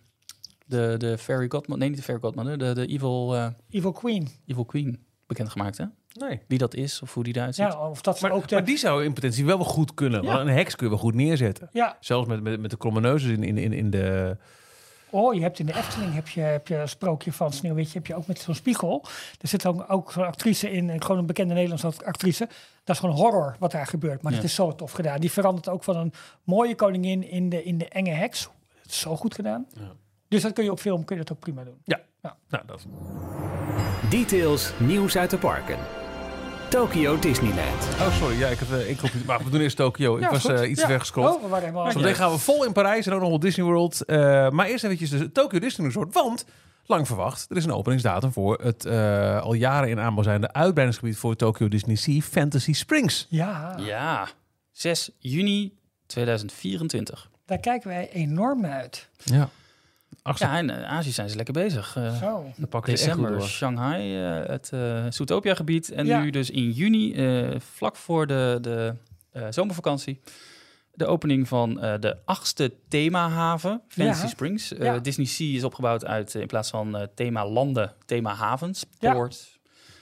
de Fairy Godmother. Nee, niet de Fairy Godmother. De Evil Queen. Evil Queen bekendgemaakt, hè? Nee. Wie dat is of hoe die eruit ziet. Ja, of dat ze Maar, ook de... maar die zou in potentie wel goed kunnen. Ja. Want een heks kun je wel goed neerzetten. Ja, Zelfs met de kromme neuzen in de... oh, je hebt in de Efteling heb je een sprookje van Sneeuwwitje. Heb je ook met zo'n spiegel. Er zit ook zo'n actrice in, gewoon een bekende Nederlandse actrice. Dat is gewoon horror wat daar gebeurt. Maar Ja. dat is zo tof gedaan. Die verandert ook van een mooie koningin in de enge heks. Het is zo goed gedaan. Ja. Dus dat kun je op film kun je dat ook prima doen. Nou, dat. Details, nieuws uit de parken. Tokyo Disneyland. Oh, sorry. Ja, maar we doen eerst Tokyo. Ja, Ik was goed. iets Ja. te ver gescrollt. Oh, we waren helemaal... Zometeen gaan we vol in Parijs en ook nog wel Disney World. Maar eerst eventjes de Tokyo Disney Resort. Want, lang verwacht, er is een openingsdatum voor het al jaren in aanbouw zijnde uitbreidingsgebied voor Tokyo Disney Sea Fantasy Springs. Ja, Ja, 6 juni 2024. daar kijken wij enorm naar uit. Ja. Ja, in Azië zijn ze lekker bezig. Zo. Dan pakken ze echt goed December, door. Shanghai, het Zootopia-gebied. En Ja. nu dus in juni, vlak voor de zomervakantie, de opening van de 8e themahaven, Fantasy Ja. Springs. Ja. Disney Sea is opgebouwd uit, in plaats van themalanden, themahavens, Ja. port.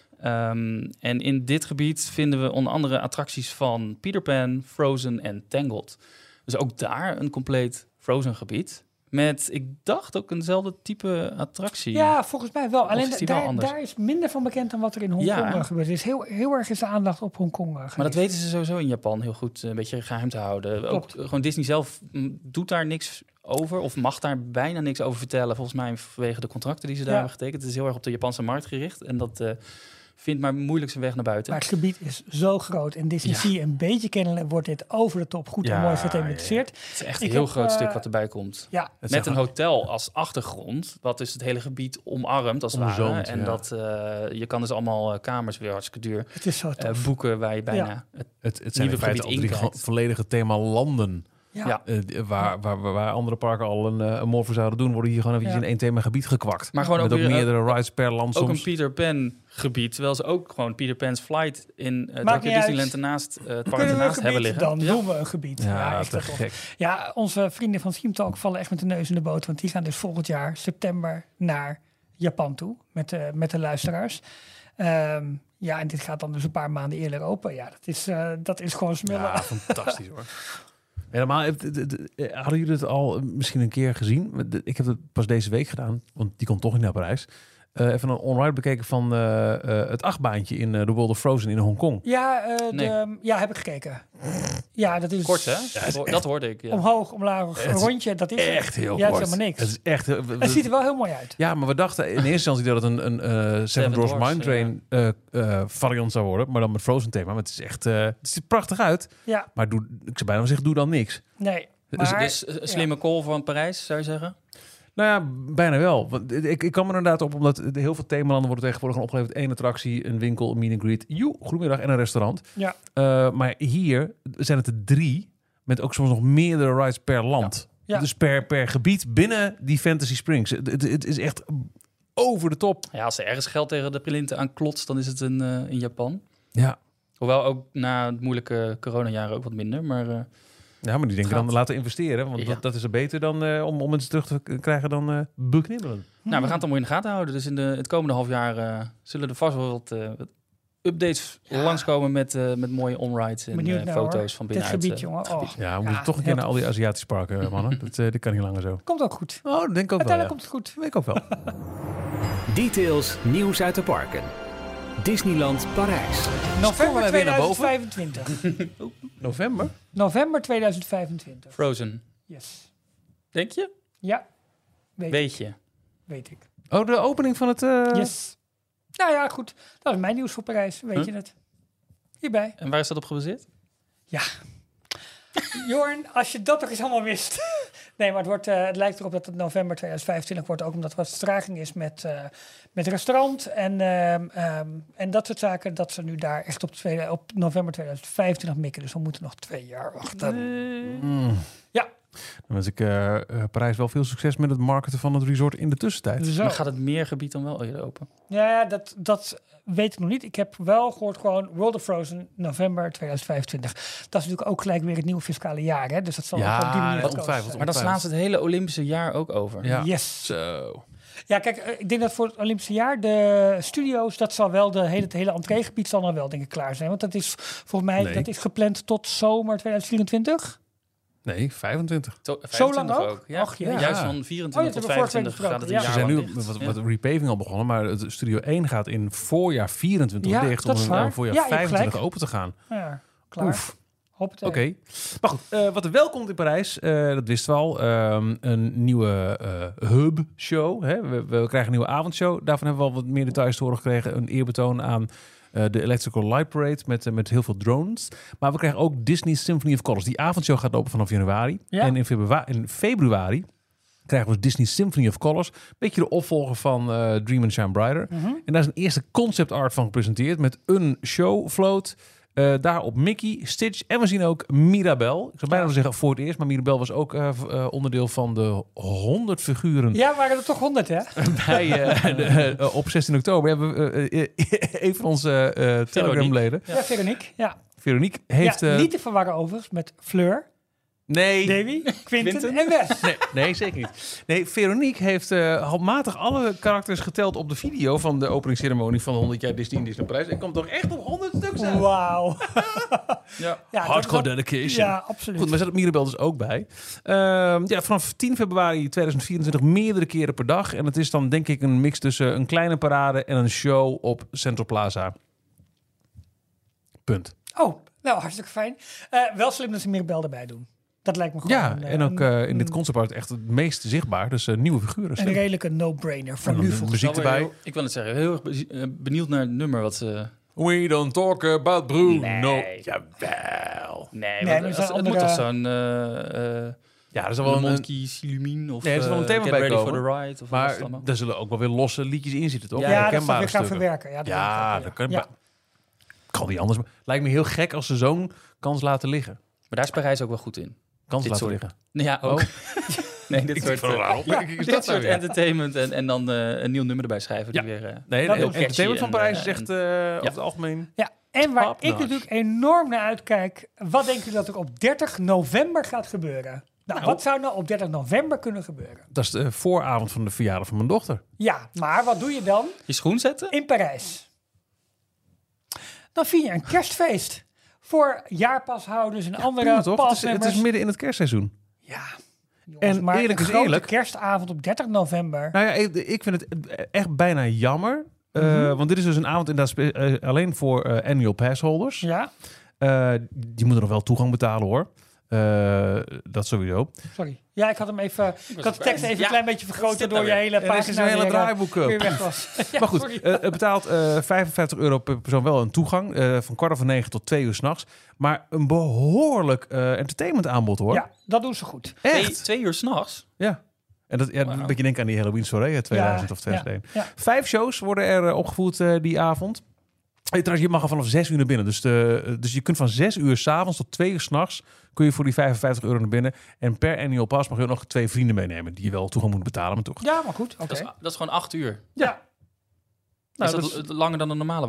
En in dit gebied vinden we onder andere attracties van Peter Pan, Frozen en Tangled. Dus ook daar een compleet Frozen gebied. Met, ik dacht, ook eenzelfde type attractie. Ja, volgens mij wel. Alleen is die wel anders? daar is minder van bekend dan wat er in Hongkong Ja. gebeurt. Er is heel erg is de aandacht op Hongkong geweest. Maar dat weten ze sowieso in Japan heel goed een beetje geheim te houden. Klopt. Ook gewoon Disney zelf doet daar niks over of mag daar bijna niks over vertellen. Volgens mij vanwege de contracten die ze daar Ja. hebben getekend. Het is heel erg op de Japanse markt gericht en dat vindt maar moeilijk zijn weg naar buiten. Maar het gebied is zo groot. En Disney Ja. Sea een beetje kennelijk wordt dit over de top goed en Ja, mooi gethematiseerd. Het is echt Ik een heel heb, groot stuk wat erbij komt. Ja, Het Met zijn een gewoon- hotel als achtergrond, wat dus het hele gebied omarmt als het ware. Omzoomd, En ja. dat je kan dus allemaal kamers weer hartstikke duur het is zo tof. boeken waar je bijna Het zijn nieuwe in feite gebied al 3 inkijkt. volledige thema landen. ja. ja. Waar andere parken al een mooi voor zouden doen, worden hier gewoon eventjes Ja. in één thema gebied gekwakt. Maar gewoon Met ook ook weer, meerdere rides per land ook soms. een Peter Pan gebied, terwijl ze ook gewoon Peter Pan's Flight in niet Tokyo Disneyland uit. ernaast, het park Kunnen we een ernaast hebben gebied, liggen. dan Ja. doen we een gebied. Ja, echt te tof. gek. Ja, onze vrienden van Scheme Talk vallen echt met de neus in de boot. Want die gaan dus volgend jaar, september, naar Japan toe. Met de luisteraars. Ja, en dit gaat dan dus een paar maanden eerder open. Ja, dat is gewoon smullen. Ja, fantastisch hoor. Helemaal, hadden jullie het al misschien een keer gezien? Ik heb het pas deze week gedaan, want die komt toch niet naar Parijs. Even een on-ride bekeken van het achtbaantje in The World of Frozen in Hongkong. Ja, Nee. ja, heb ik gekeken. Ja, dat is Kort, hè? Dat hoorde ik. Ja. omhoog, omlaag, een Het is rondje. Dat is Echt heel ja, het kort. is helemaal niks. Het is echt... Het ziet er wel heel mooi uit. Ja, maar we dachten in eerste instantie dat het een Seven Dwarfs Dwarfs, Mine Train variant zou worden. Maar dan met Frozen thema. Maar het is echt... het ziet er prachtig uit. Ja, Maar ik zou bijna zeggen, doe dan niks. nee. Dus Maar, een slimme call van Parijs, zou je zeggen? Nou ja, bijna wel. Want ik kan me er inderdaad op, omdat heel veel themalanden worden tegenwoordig gewoon opgeleverd. 1 attractie, een winkel, een meet and greet. Goedemiddag en een restaurant. Ja. Maar hier zijn het er 3, met ook soms nog meerdere rides per land. Ja. Dus per gebied binnen die Fantasy Springs. Het is echt over de top. Ja, als er ergens geld tegen de plinten aan klotst, dan is het in Japan. Ja. Hoewel ook na het moeilijke coronajaren ook wat minder. Maar Ja, maar die denken Gaat. dan laten investeren. Want Ja. dat is er beter dan om mensen terug te krijgen dan beknibbelen. nou, we gaan het allemaal in de gaten houden. Dus in het komende half jaar zullen er vast wel wat updates langskomen met mooie onrides en Benieuwd naar, foto's hoor. van Dit binnenuit. gebied, jongen. Oh. Ja, we moeten toch een keer naar al die Aziatische parken, mannen. Dit kan niet langer zo. Komt ook goed. Oh, dat denk ik ook wel, Uiteindelijk ja. komt het goed. Weet ik ook wel. Details, nieuws uit de parken. Disneyland Parijs. November wij weer naar boven? 2025. November? November 2025. Frozen. Yes. Denk je? Ja. Weet je? Weet ik. Oh, de opening van het... Yes. Nou ja, goed. Dat is mijn nieuws voor Parijs. Weet je het? Hierbij. En waar is dat op gebaseerd? Ja. Jorn, als je dat toch eens allemaal wist. Nee, maar het lijkt erop dat het november 2025 wordt. Ook omdat er wat vertraging is met restaurant en dat soort zaken. Dat ze nu daar echt op november 2025 mikken. Dus we moeten nog 2 jaar wachten. Ja. Dan wens ik Parijs wel veel succes met het marketen van het resort in de tussentijd. Zo. Maar gaat het meergebied dan wel eerder open? Ja, dat weet ik nog niet. Ik heb wel gehoord gewoon World of Frozen november 2025. Dat is natuurlijk ook gelijk weer het nieuwe fiscale jaar. Hè? Dus dat zal Ja, ook op die manier dat gekozen ongetwijfeld. zijn. Maar dan slaan ze het hele Olympische jaar ook over. Ja. Yes. Zo. Ja, kijk, ik denk dat voor het Olympische jaar de studio's, dat zal wel het hele entreegebied zal dan wel denk ik klaar zijn. Want dat is volgens mij dat is gepland tot zomer 2024. Nee, 25. Zo lang ook? Ja. Ach, jeetje. Juist Ja. van Oh, 24 ja, tot dat hebben we vorige week 25 gaat het een besproken. jaar Ze zijn lang nu dicht. wat repaving al begonnen, maar het Studio 1 gaat in voorjaar 24 Ja, dicht dat om is in waar. voorjaar Ja, je hebt 25 gelijk. open te gaan. Ja, klaar. Oef. Hoppatee. Oké. Maar goed, wat er wel komt in Parijs, dat wisten we al. Een nieuwe hub-show. We krijgen een nieuwe avondshow. Daarvan hebben we al wat meer details te horen gekregen. Een eerbetoon aan de Electrical Light Parade met heel veel drones. Maar we krijgen ook Disney Symphony of Colors. Die avondshow gaat lopen vanaf januari. Ja. En in februari krijgen we Disney Symphony of Colors. Beetje de opvolger van Dream and Shine Brighter. En daar is een eerste concept art van gepresenteerd met een showfloat. Daarop Mickey, Stitch en we zien ook Mirabel. Ik zou bijna willen zeggen voor het eerst, maar Mirabel was ook onderdeel van de 100 figuren Ja, waren er toch 100, hè? bij, op 16 oktober. Hebben we een van onze Telegram-leden, Ja. Ja, Veronique. Ja. Veronique, heeft... ja, niet te verwarren overigens met Fleur, nee, Davy, Quinten Quinten? en Wes. nee, zeker niet. Nee, Veronique heeft handmatig alle karakters geteld op de video van de openingsceremonie van 100 jaar Disney in Disney Parijs. En komt toch echt op 100 stuks uit. Wauw. Ja. Ja, Hardcore dat- dedication. Ja, absoluut. Goed, maar zet op Mirabel dus ook bij. Vanaf 10 februari 2024 meerdere keren per dag. En het is dan denk ik een mix tussen een kleine parade en een show op Central Plaza. Punt. Oh, nou, hartstikke fijn. Wel slim dat ze Mirabel erbij doen. Dat lijkt me gewoon Ja, en ook in dit concept art echt het meest zichtbaar. Dus nieuwe figuren. een Slim. redelijke no-brainer voor En nu dan volgens muziek mij. erbij. Ik wil het zeggen, heel erg benieuwd naar het nummer wat ze... We don't talk about Bruno. Nee. Jawel. Nee, maar want er zijn het moet andere- toch zo'n... Ja, er is Le wel Monde een... qui s'illumine of Nee, er zal wel een thema Get bij Ready komen. for the Ride. Of wat was het Maar allemaal? daar zullen ook wel weer losse liedjes in zitten, toch? Ja, dat ze Herkenbare weer gaan stukken. verwerken. Ja, dat Ja, weet ik dat ook, kan, ja. kan niet anders. Lijkt me heel gek als ze zo'n kans laten liggen. Maar daar is Parijs ook wel goed in. Kans Dit laten soort- liggen. Ja, ook. Nee, dit soort, dit soort weer? entertainment en dan een nieuw nummer erbij schrijven. Die Ja. weer, Nee, Dat de is entertainment van catchy Parijs en, is echt over het algemeen... Ja, en waar Top ik notch. natuurlijk enorm naar uitkijk, wat denken jullie dat er op 30 november gaat gebeuren? Nou, wat zou nou op 30 november kunnen gebeuren? Dat is de vooravond van de verjaardag van mijn dochter. Ja, maar wat doe je dan je schoen zetten? in Parijs? Dan vier je een kerstfeest voor jaarpashouders en andere Prima, toch? Het pasnummers. is midden in het kerstseizoen. Ja, jongens, En maar eerlijk een is grote eerlijk. kerstavond op 30 november. Nou ja, ik vind het echt bijna jammer. Want dit is dus een avond inderdaad alleen voor annual passholders. Ja, Die moeten nog wel toegang betalen hoor. Dat sowieso. sorry. Ja, ik had hem even. Ik had de tekst even Ja. een klein beetje vergroten Zit door daar je weer. hele En er is pagina. een hele weer, draaiboek. weer weg was. Ja, Maar goed, sorry. het betaalt €55 per persoon wel een toegang. Van 8:45 tot 2 uur 's nachts. Maar een behoorlijk entertainment aanbod hoor. Ja, dat doen ze goed. Echt. 2 uur s'nachts? Ja. En dat een beetje denken aan die Halloween soirée 2000 of 2001. Ja. 5 shows worden er opgevoerd die avond. Trouwens, je mag er vanaf 6 uur naar binnen. Dus je kunt van 6 uur 's avonds tot 2 uur 's nachts kun je voor die €55 naar binnen. En per annual pass mag je ook nog 2 vrienden meenemen die je wel toegang moet betalen, maar toch. Ja, maar goed. Oké. Dat is gewoon 8 uur. Ja. Is Nou, dat langer dan een normale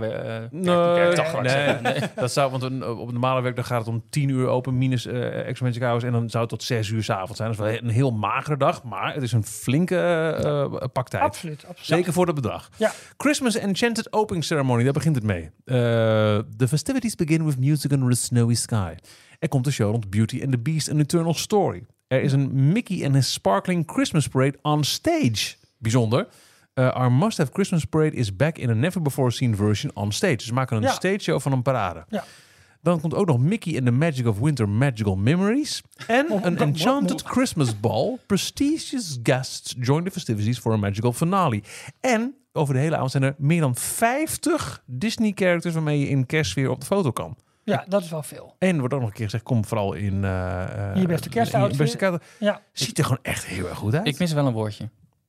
Nee, dat zou, want op een normale werkdag gaat het om 10 uur open, minus extra magic hours. En dan zou het tot 6 uur 's avonds zijn. Dat is wel een heel magere dag, maar het is een flinke paktijd. Absoluut. Zeker voor dat bedrag. Ja. Christmas Enchanted Opening Ceremony, daar begint het mee. The festivities begin with music under a snowy sky. Er komt een show rond Beauty and the Beast, An Eternal Story. Er is een Mickey and his Sparkling Christmas Parade on stage. Bijzonder. Our must-have Christmas parade is back in a never-before-seen version on stage. Dus we maken een stage show van een parade. Ja. Dan komt ook nog Mickey and the Magic of Winter Magical Memories. En een Enchanted Christmas Ball. Prestigious guests join the festivities for a magical finale. En over de hele avond zijn er meer dan 50 Disney-characters waarmee je in kerstsfeer op de foto kan. Ja, dat is wel veel. En er wordt ook nog een keer gezegd, kom vooral in je beste kerstoutfit. Ja. Ziet er gewoon echt heel erg goed uit. Ik mis wel een woordje.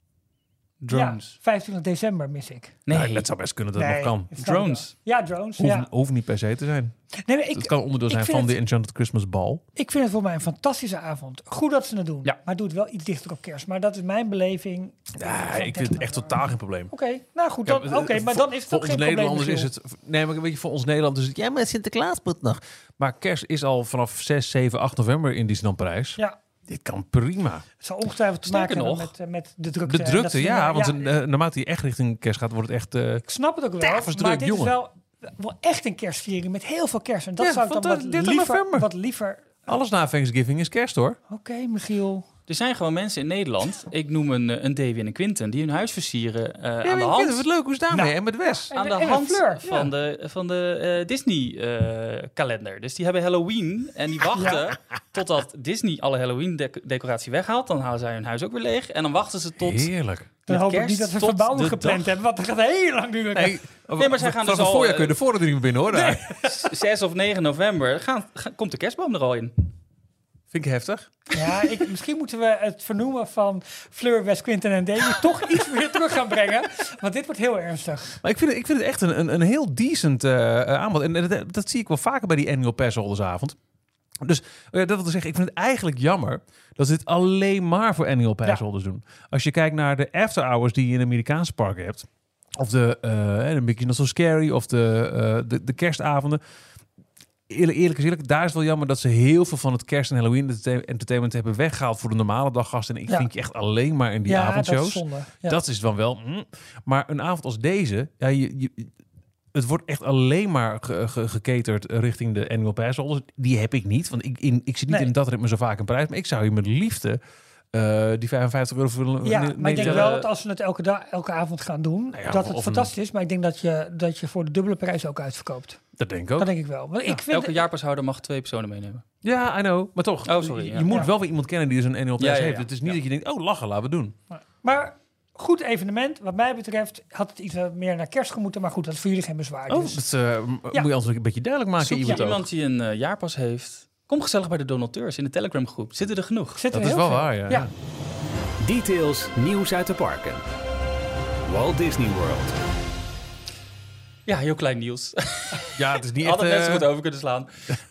Drones. Ja, 25 december mis ik. Nee, Nou, dat zou best kunnen dat het nog kan. Drones. Ja, drones. Hoeft niet per se te zijn. Nee, maar Het kan onderdeel zijn van de Enchanted Christmas Ball. Ik vind het voor mij een fantastische avond. Goed dat ze het doen. Ja. Maar doe het wel iets dichter op kerst. Maar dat is mijn beleving. Ja, ik vind het echt totaal geen probleem. Oké, nou goed. Dan, maar dan is het ook geen probleem. Nederlanders is het... Nee, maar weet je, voor ons Nederlanders is het... Ja, maar Sinterklaas moet nog. Maar kerst is al vanaf 6, 7, 8 november in Disneyland Parijs. Ja. Dit kan prima. Het zal ongetwijfeld te maken hebben met de drukte. De drukte, ja. Want naarmate je echt richting kerst gaat, wordt het echt... ik snap het ook wel. Maar dit is wel echt een kerstviering met heel veel kerst. En dat zou ik dan wat liever... Alles na Thanksgiving is kerst, hoor. Oké, Michiel. Er zijn gewoon mensen in Nederland, ik noem een Davy en een Quinten, die hun huis versieren aan de hand. Wat leuk, hoe is het daarmee? En met Wes. Aan de hand van de Disney-kalender. Dus die hebben Halloween en die wachten totdat Disney alle Halloween-decoratie weghaalt. Dan halen zij hun huis ook weer leeg en dan wachten ze tot... Heerlijk. Dan hoop ik niet dat we verbouwing gepland hebben, want dat gaat heel lang duren. Nee, maar zij gaan dus al... Voorjaar kun je de voordeur niet meer binnen, hoor. Nee. 6 of 9 november komt de kerstboom er al in. Vind ik heftig. Ja, misschien moeten we het vernoemen van Fleur, Wes, Quinten en Davy toch iets weer terug gaan brengen. Want dit wordt heel ernstig. Maar ik vind het echt een heel decent aanbod. En dat zie ik wel vaker bij die annual passholdersavond. Dus dat wil zeggen, ik vind het eigenlijk jammer dat ze dit alleen maar voor annual passholders doen. Als je kijkt naar de after hours die je in Amerikaanse parken hebt. Of de Mickey Not So Scary. Of de kerstavonden. Eerlijk is eerlijk, daar is het wel jammer dat ze heel veel van het kerst- en Halloween entertainment hebben weggehaald voor de normale daggasten. En ik vind je echt alleen maar in die avondshows. Dat is zonde. Ja. Dat is dan wel. Maar een avond als deze, het wordt echt alleen maar gecaterd richting de annual passholders. Die heb ik niet, want ik zit niet in dat ritme zo vaak in prijs. Maar ik zou je met liefde die €55 willen. Ja, maar ik denk wel dat als we het elke avond gaan doen, dat het fantastisch is. Maar ik denk dat je voor de dubbele prijs ook uitverkoopt. Dat denk ik ook. Dat denk ik wel. Want ik vind elke jaarpashouder mag 2 personen meenemen. Ja, I know. Maar toch, je moet wel weer iemand kennen die dus een annual pass heeft. Het is niet dat je denkt, lachen, laten we doen. Maar goed evenement. Wat mij betreft had het iets meer naar kerst gemoeten. Maar goed, dat is voor jullie geen bezwaar. Dus. Dat moet je anders een beetje duidelijk maken. Zoek je iemand die een jaarpas heeft? Kom gezellig bij de donateurs in de Telegram groep. Zitten er genoeg? Dat is wel waar, ja. Details, nieuws uit de parken. Walt Disney World. Ja, heel klein nieuws. Ja, het is niet echt... Hadden mensen goed over kunnen slaan.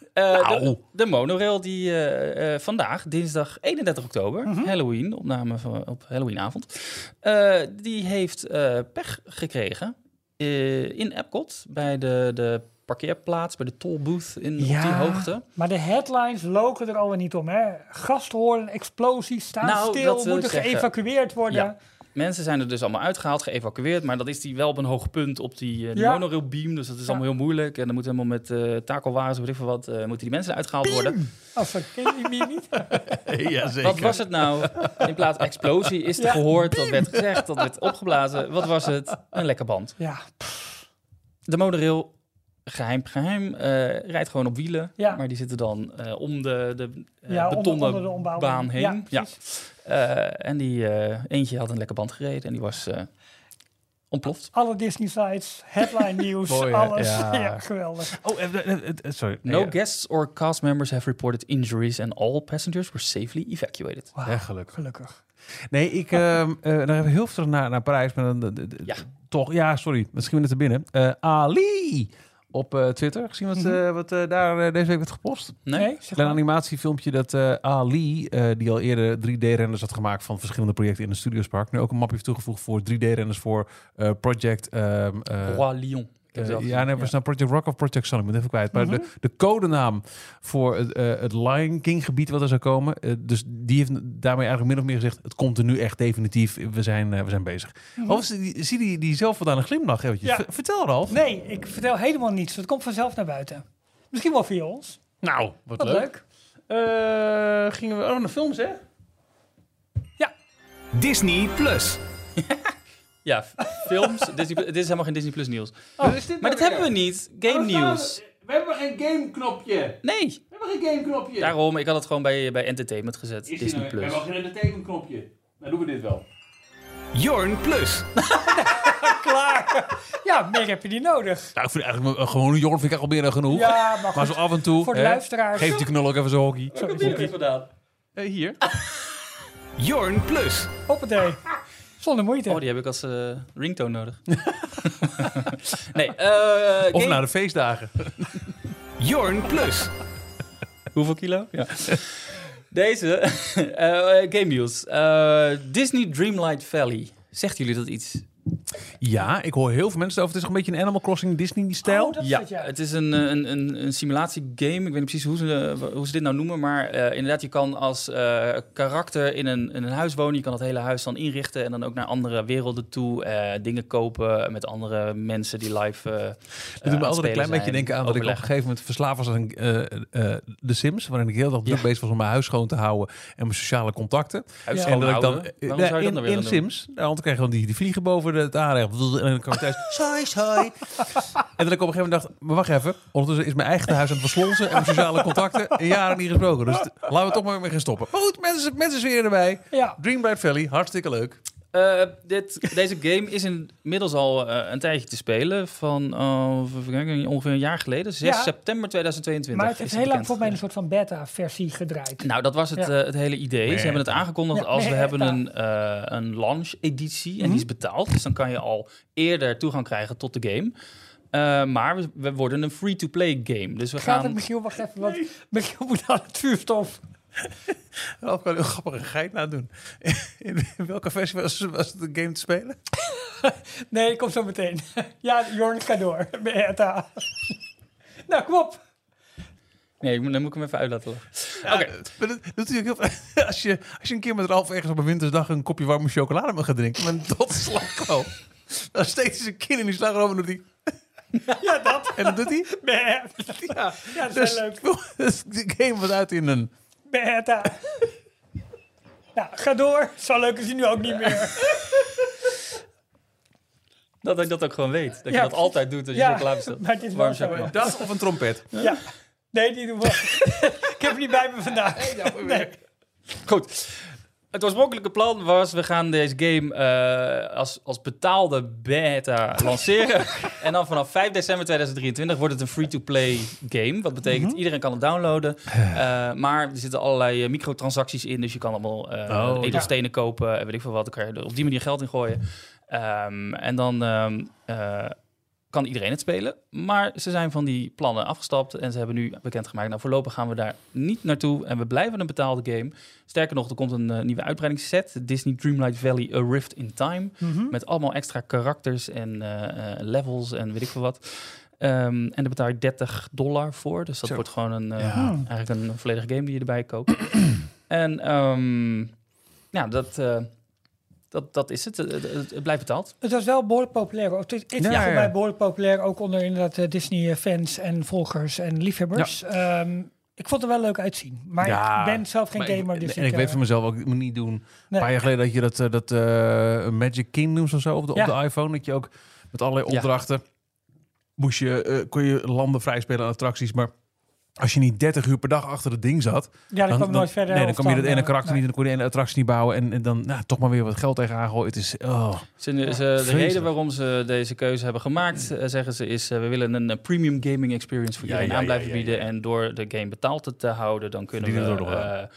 De monorail die vandaag, dinsdag 31 oktober, Halloween, opname op Halloweenavond, die heeft pech gekregen in Epcot bij de parkeerplaats, bij de tollbooth op die hoogte. Maar de headlines loken er alweer niet om. Hè? Gasthoorn, explosies, staan stil, moeten geëvacueerd worden. Ja. Mensen zijn er dus allemaal uitgehaald, geëvacueerd. Maar dat is die wel op een hoog punt op die monorail beam. Dus dat is allemaal heel moeilijk. En dan moet helemaal met takelwagens of weet ik veel wat, moeten die mensen uitgehaald worden. Als dat ken je meer niet. Ja, zeker. Wat was het nou? In plaats van explosie is er gehoord, dat werd gezegd, dat werd opgeblazen. Wat was het? Een lekke band. Ja. De monorail, geheim, rijdt gewoon op wielen. Ja. Maar die zitten dan om de betonnen baan heen. Ja. En die eentje had een lekke band gereden en die was ontploft. Alle Disney sites, headline nieuws, alles. Ja, geweldig. Sorry. No guests or cast members have reported injuries and all passengers were safely evacuated. Wow, Ja, gelukkig. Nee, ik dan hebben we heel veel terug naar Parijs. Maar dan, Ja. Toch, ja, sorry. Misschien net er binnen. Ali op Twitter. Gezien wat daar deze week werd gepost. Nee? Zeg Een maar. animatiefilmpje dat Ali, die al eerder 3D-renders had gemaakt van verschillende projecten in de Studiospark, nu ook een mapje heeft toegevoegd voor 3D-renders voor Project... Roi Lion. Ik heb het wel gezien. was nou Project Rock of Project Sun? Ik moet even kwijt. Maar de codenaam voor het Lion King gebied wat er zou komen. Dus die heeft daarmee eigenlijk min of meer gezegd, het komt er nu echt definitief. We zijn bezig. Of zie die zelf wat aan een glimlach eventjes. Ja. Vertel Ralf. Nee, ik vertel helemaal niets. Het komt vanzelf naar buiten. Misschien wel via ons. Nou, wat Wat leuk. Gingen we naar films, hè? Disney Plus. Ja, films. Dit is helemaal geen Disney Plus nieuws. Wat is dit Maar nou dit hebben we weer? niet. Game nieuws. We hebben geen game-knopje. Nee. We hebben geen game-knopje. Daarom, ik had het gewoon bij Entertainment gezet. Is Disney We Plus. hebben geen entertainment-knopje. Nou doen we dit wel. Jorn Plus. Klaar. Ja, meer heb je niet nodig. Nou, ik vind eigenlijk gewoon een Jorn vind ik echt al meer dan genoeg. Ja, maar Maar goed. zo af en toe. Voor de hè, luisteraars. Geef die knul ook even zo hockey. Waar komt dit weer vandaan? Hier. Jorn Plus. Hoppatee. Zonder moeite. Oh, die heb ik als ringtone nodig. Nee, Of game- na de feestdagen. Jorn Plus. Hoeveel kilo? Ja. Deze, game news. Disney Dreamlight Valley. Zegt jullie dat iets? Ja, ik hoor heel veel mensen over. Het is een beetje een Animal Crossing Disney-stijl. Oh, dat is Ja, het, ja. het is een simulatiegame. Ik weet niet precies hoe ze dit nou noemen. Maar inderdaad, je kan als karakter in een huis wonen. Je kan het hele huis dan inrichten. En dan ook naar andere werelden toe. Dingen kopen met andere mensen die live Dat doet me altijd een klein beetje denken aan dat ik op een gegeven moment verslaafd was aan The Sims. Waarin ik heel erg druk bezig was om mijn huis schoon te houden. En mijn sociale contacten. Ja. En dat ik dan Waarom zou je dat nou weer in gaan doen? Sims, want dan krijg je dan die vliegen boven het aanrecht. En dan kwam ik thuis, saai. En dat ik op een gegeven moment dacht, maar wacht even. Ondertussen is mijn eigen huis aan het verslonsen en mijn sociale contacten in jaren niet gesproken. Dus laten we toch maar mee gaan stoppen. Maar goed, mensen zijn weer erbij. Ja. Dreamlight Valley, hartstikke leuk. Deze game is inmiddels al een tijdje te spelen. Van ongeveer een jaar geleden. 6 Ja. september 2022. Maar het heeft is heel lang bekend voor mij een geworden. soort van beta-versie gedraaid. Nou, dat was het hele idee. Ze hebben het aangekondigd Ja, als we beta. hebben een launch-editie. En die is betaald. Dus dan kan je al eerder toegang krijgen tot de game. Maar we worden een free-to-play game. Dus we Gaat het, gaan... Michiel? Wacht even, want Michiel moet aan het vuurstof. Ralf kan heel grappig een geit nadoen. In welke versie was het de game te spelen? Nee, kom zo meteen. Ja, Jorn, ga door. Beta. Nou, kom op. Nee, dan moet ik hem even uit laten leggen. Oké. Maar dat doet natuurlijk heel veel. Als je een keer met Ralf ergens op een wintersdag een kopje warme chocolade mag gaan drinken, met een tot slagroom, dan steekt hij zijn kin in die slagroom en doet hij... Ja, dat. En dat doet hij. Ja, ja, dat is Dus, leuk. dus de game was uit in een... Beta. Nou, ga door. Zo leuk is hij nu ook niet meer. Dat ik dat ook gewoon weet. Dat je Ja, dat altijd doet als je chocolade bestelt. maar het is wel Warm zo. chocolade. hè. Dat of een trompet. Ja. Nee, die doen we. Ik heb hem niet bij me vandaag. Nee. Goed. Het oorspronkelijke plan was, we gaan deze game als betaalde beta lanceren. En dan vanaf 5 december 2023 wordt het een free-to-play game. Wat betekent, iedereen kan het downloaden. Maar er zitten allerlei microtransacties in. Dus je kan allemaal edelstenen kopen en weet ik veel wat. Dan kan je er op die manier geld in gooien. En dan kan iedereen het spelen. Maar ze zijn van die plannen afgestapt en ze hebben nu bekendgemaakt, nou voorlopig gaan we daar niet naartoe en we blijven een betaalde game. Sterker nog, er komt een nieuwe uitbreidingsset, Disney Dreamlight Valley A Rift in Time, met allemaal extra karakters en levels en weet ik veel wat. En daar betaal je $30 voor, dus dat wordt gewoon eigenlijk een volledige game die je erbij koopt. En ja, dat is het. Het blijft betaald. Het was wel behoorlijk populair. Het is voor mij behoorlijk populair, ook onder inderdaad Disney-fans en volgers en liefhebbers. Ik vond het er wel leuk uitzien. Maar ik ben zelf geen gamer. Dus ik weet van mezelf ook, ik moet niet doen. Een paar jaar geleden had je dat Magic Kingdoms of zo op de iPhone. Dat je ook met allerlei opdrachten kon je landen vrij spelen aan attracties. Maar als je niet 30 uur per dag achter het ding zat, dan kwam nooit verder. Nee, dan kwam je dat ene karakter niet en dan kon je de ene attractie niet bouwen. En dan toch maar weer wat geld tegenaan gooien. Het is de reden waarom ze deze keuze hebben gemaakt, zeggen ze, is we willen een premium gaming experience voor iedereen aan blijven bieden. En door de game betaald te houden, dan kunnen we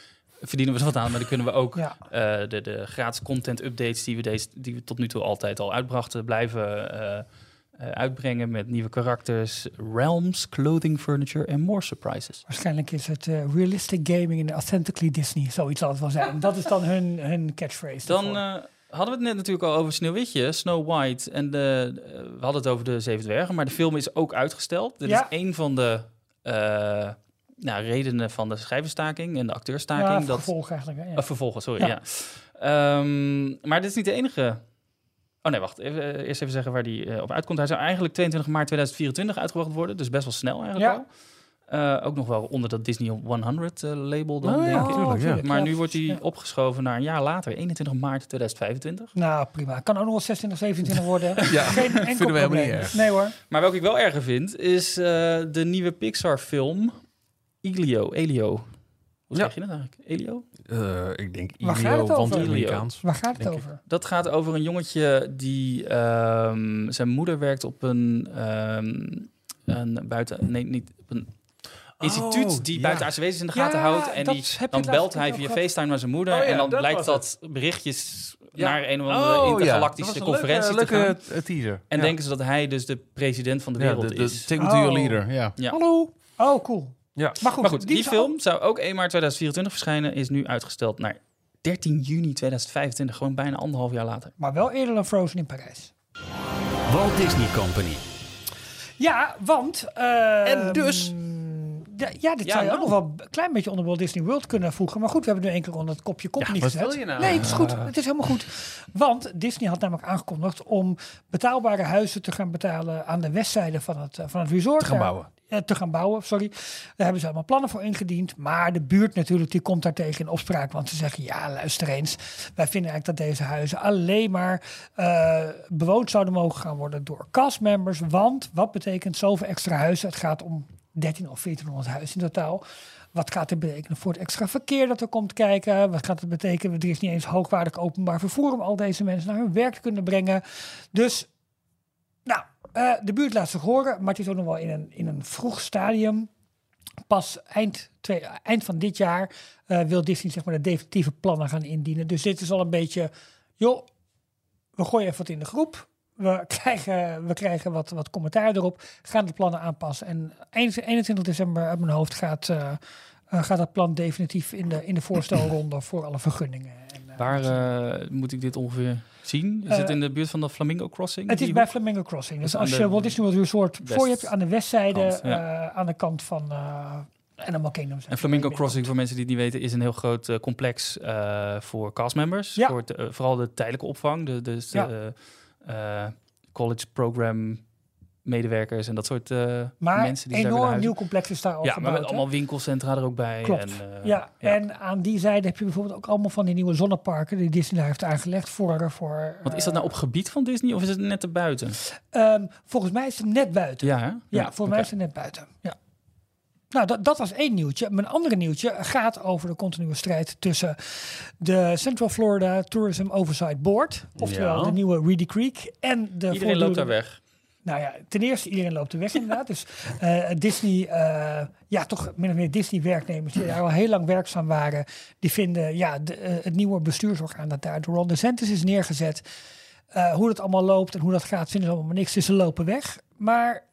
verdienen we er wat aan. Maar dan kunnen we ook Ja. de gratis content updates die we tot nu toe altijd al uitbrachten, blijven uitbrengen met nieuwe karakters, realms, clothing, furniture en more surprises. Waarschijnlijk is het realistic gaming en authentically Disney. Zoiets zal het wel zijn. Dat is dan hun catchphrase. Dan ervoor. hadden we het net natuurlijk al over Sneeuwwitje, Snow White. En we hadden het over de Zeven Dwergen, maar de film is ook uitgesteld. Dit Ja. is een van de redenen van de schrijverstaking en de acteurstaking. Vervolg eigenlijk. Hè? Ja. Vervolgen, sorry. Ja. Ja. Maar dit is niet de enige. Oh nee, wacht. Eerst even zeggen waar die op uitkomt. Hij zou eigenlijk 22 maart 2024 uitgebracht worden. Dus best wel snel eigenlijk Ja. al. Ook nog wel onder dat Disney 100 label dan, Oh, ja, denk ik. tuurlijk, ja. Maar nu Ja. wordt hij Ja. opgeschoven naar een jaar later, 21 maart 2025. Nou, prima. Kan ook nog wel 26, 27 worden. Ja, Geen enkel vinden we helemaal probleem. niet erg. Nee hoor. Maar welke ik wel erger vind, is de nieuwe Pixar-film Elio. Hoe zeg je dat eigenlijk? Elio? Ik denk Waar gaat Ilio, het want over? Amerikaans. Waar gaat het Denk ik. over? Dat gaat over een jongetje die zijn moeder werkt op een instituut die buitenaardse wezens in de gaten houdt. En dat die, heb je dan het belt laatst hij ook via gehad. FaceTime naar zijn moeder. Oh ja, en dan dat blijkt was dat berichtjes Ja. naar een of andere intergalactische conferentie te gaan. leuke teaser. En Ja. denken ze dat hij dus de president van de Ja, wereld de is. take me to your Oh. leader. Ja. Ja. Hallo. Oh, cool. Ja. Maar goed, Maar goed, die is film zou ook 1 maart 2024 verschijnen. Is nu uitgesteld naar 13 juni 2025. Gewoon bijna 1,5 jaar later. Maar wel eerder dan Frozen in Parijs. Walt Disney Company. Ja, want... En dus? Ja, dit Ja, zou je ook nou. nog wel een klein beetje onder Walt Disney World kunnen voegen. Maar goed, we hebben nu 1 keer onder het kopje company wat gezet. wil je nou? Nee, het is goed. Het is helemaal goed. Want Disney had namelijk aangekondigd om betaalbare huizen te gaan betalen aan de westzijde van het resort. Te gaan bouwen. Te gaan bouwen, sorry. Daar hebben ze allemaal plannen voor ingediend. Maar de buurt natuurlijk, die komt daartegen in opspraak. Want ze zeggen, ja, luister eens. Wij vinden eigenlijk dat deze huizen alleen maar bewoond zouden mogen gaan worden door castmembers. Want wat betekent zoveel extra huizen? Het gaat om 13 of 1400 huizen in totaal. Wat gaat dit betekenen voor het extra verkeer dat er komt kijken? Wat gaat het betekenen? Er is niet eens hoogwaardig openbaar vervoer om al deze mensen naar hun werk te kunnen brengen. Dus, nou, de buurt laat zich horen, maar het is ook nog wel in een vroeg stadium. Pas eind van dit jaar wil Disney zeg maar de definitieve plannen gaan indienen. Dus dit is al een beetje, joh, we gooien even wat in de groep. We krijgen wat commentaar erop, gaan de plannen aanpassen. En 21 december uit mijn hoofd gaat dat plan definitief in de voorstelronde voor alle vergunningen. En, Waar moet ik dit ongeveer zien? Is het in de buurt van de Flamingo Crossing? het is Die bij hoek? Flamingo Crossing. Dus Dus als aan je de Walt Disney World Resort voor je hebt aan de westzijde, kant, ja. aan de kant van Animal Kingdom. En Flamingo Crossing, voor mensen die het niet weten, is een heel groot complex voor castmembers. Ja. Voor vooral de tijdelijke opvang, de college program medewerkers en dat soort Maar mensen die daar willen enorm huizen. nieuw complex is daar al Ja, maar gebouwd, met hè? allemaal winkelcentra er ook bij. Klopt. En, Ja, en aan die zijde heb je bijvoorbeeld ook allemaal van die nieuwe zonneparken die Disney daar heeft aangelegd voor. Want is dat nou op gebied van Disney of is het net erbuiten? Volgens mij is het net buiten. Ja, hè? Ja, volgens mij is het net buiten. Ja. Nou, dat was één nieuwtje. Mijn andere nieuwtje gaat over de continue strijd tussen de Central Florida Tourism Oversight Board, oftewel Ja. de nieuwe Reedy Creek, en de Iedereen loopt voortdurende- daar weg. Nou ja, ten eerste, iedereen loopt de weg inderdaad. Dus Disney, toch min of meer Disney-werknemers die daar al heel lang werkzaam waren, die vinden het nieuwe bestuursorgaan dat daar door Ron DeSantis is neergezet, hoe dat allemaal loopt en hoe dat gaat, vinden ze allemaal niks. Dus ze lopen weg. Maar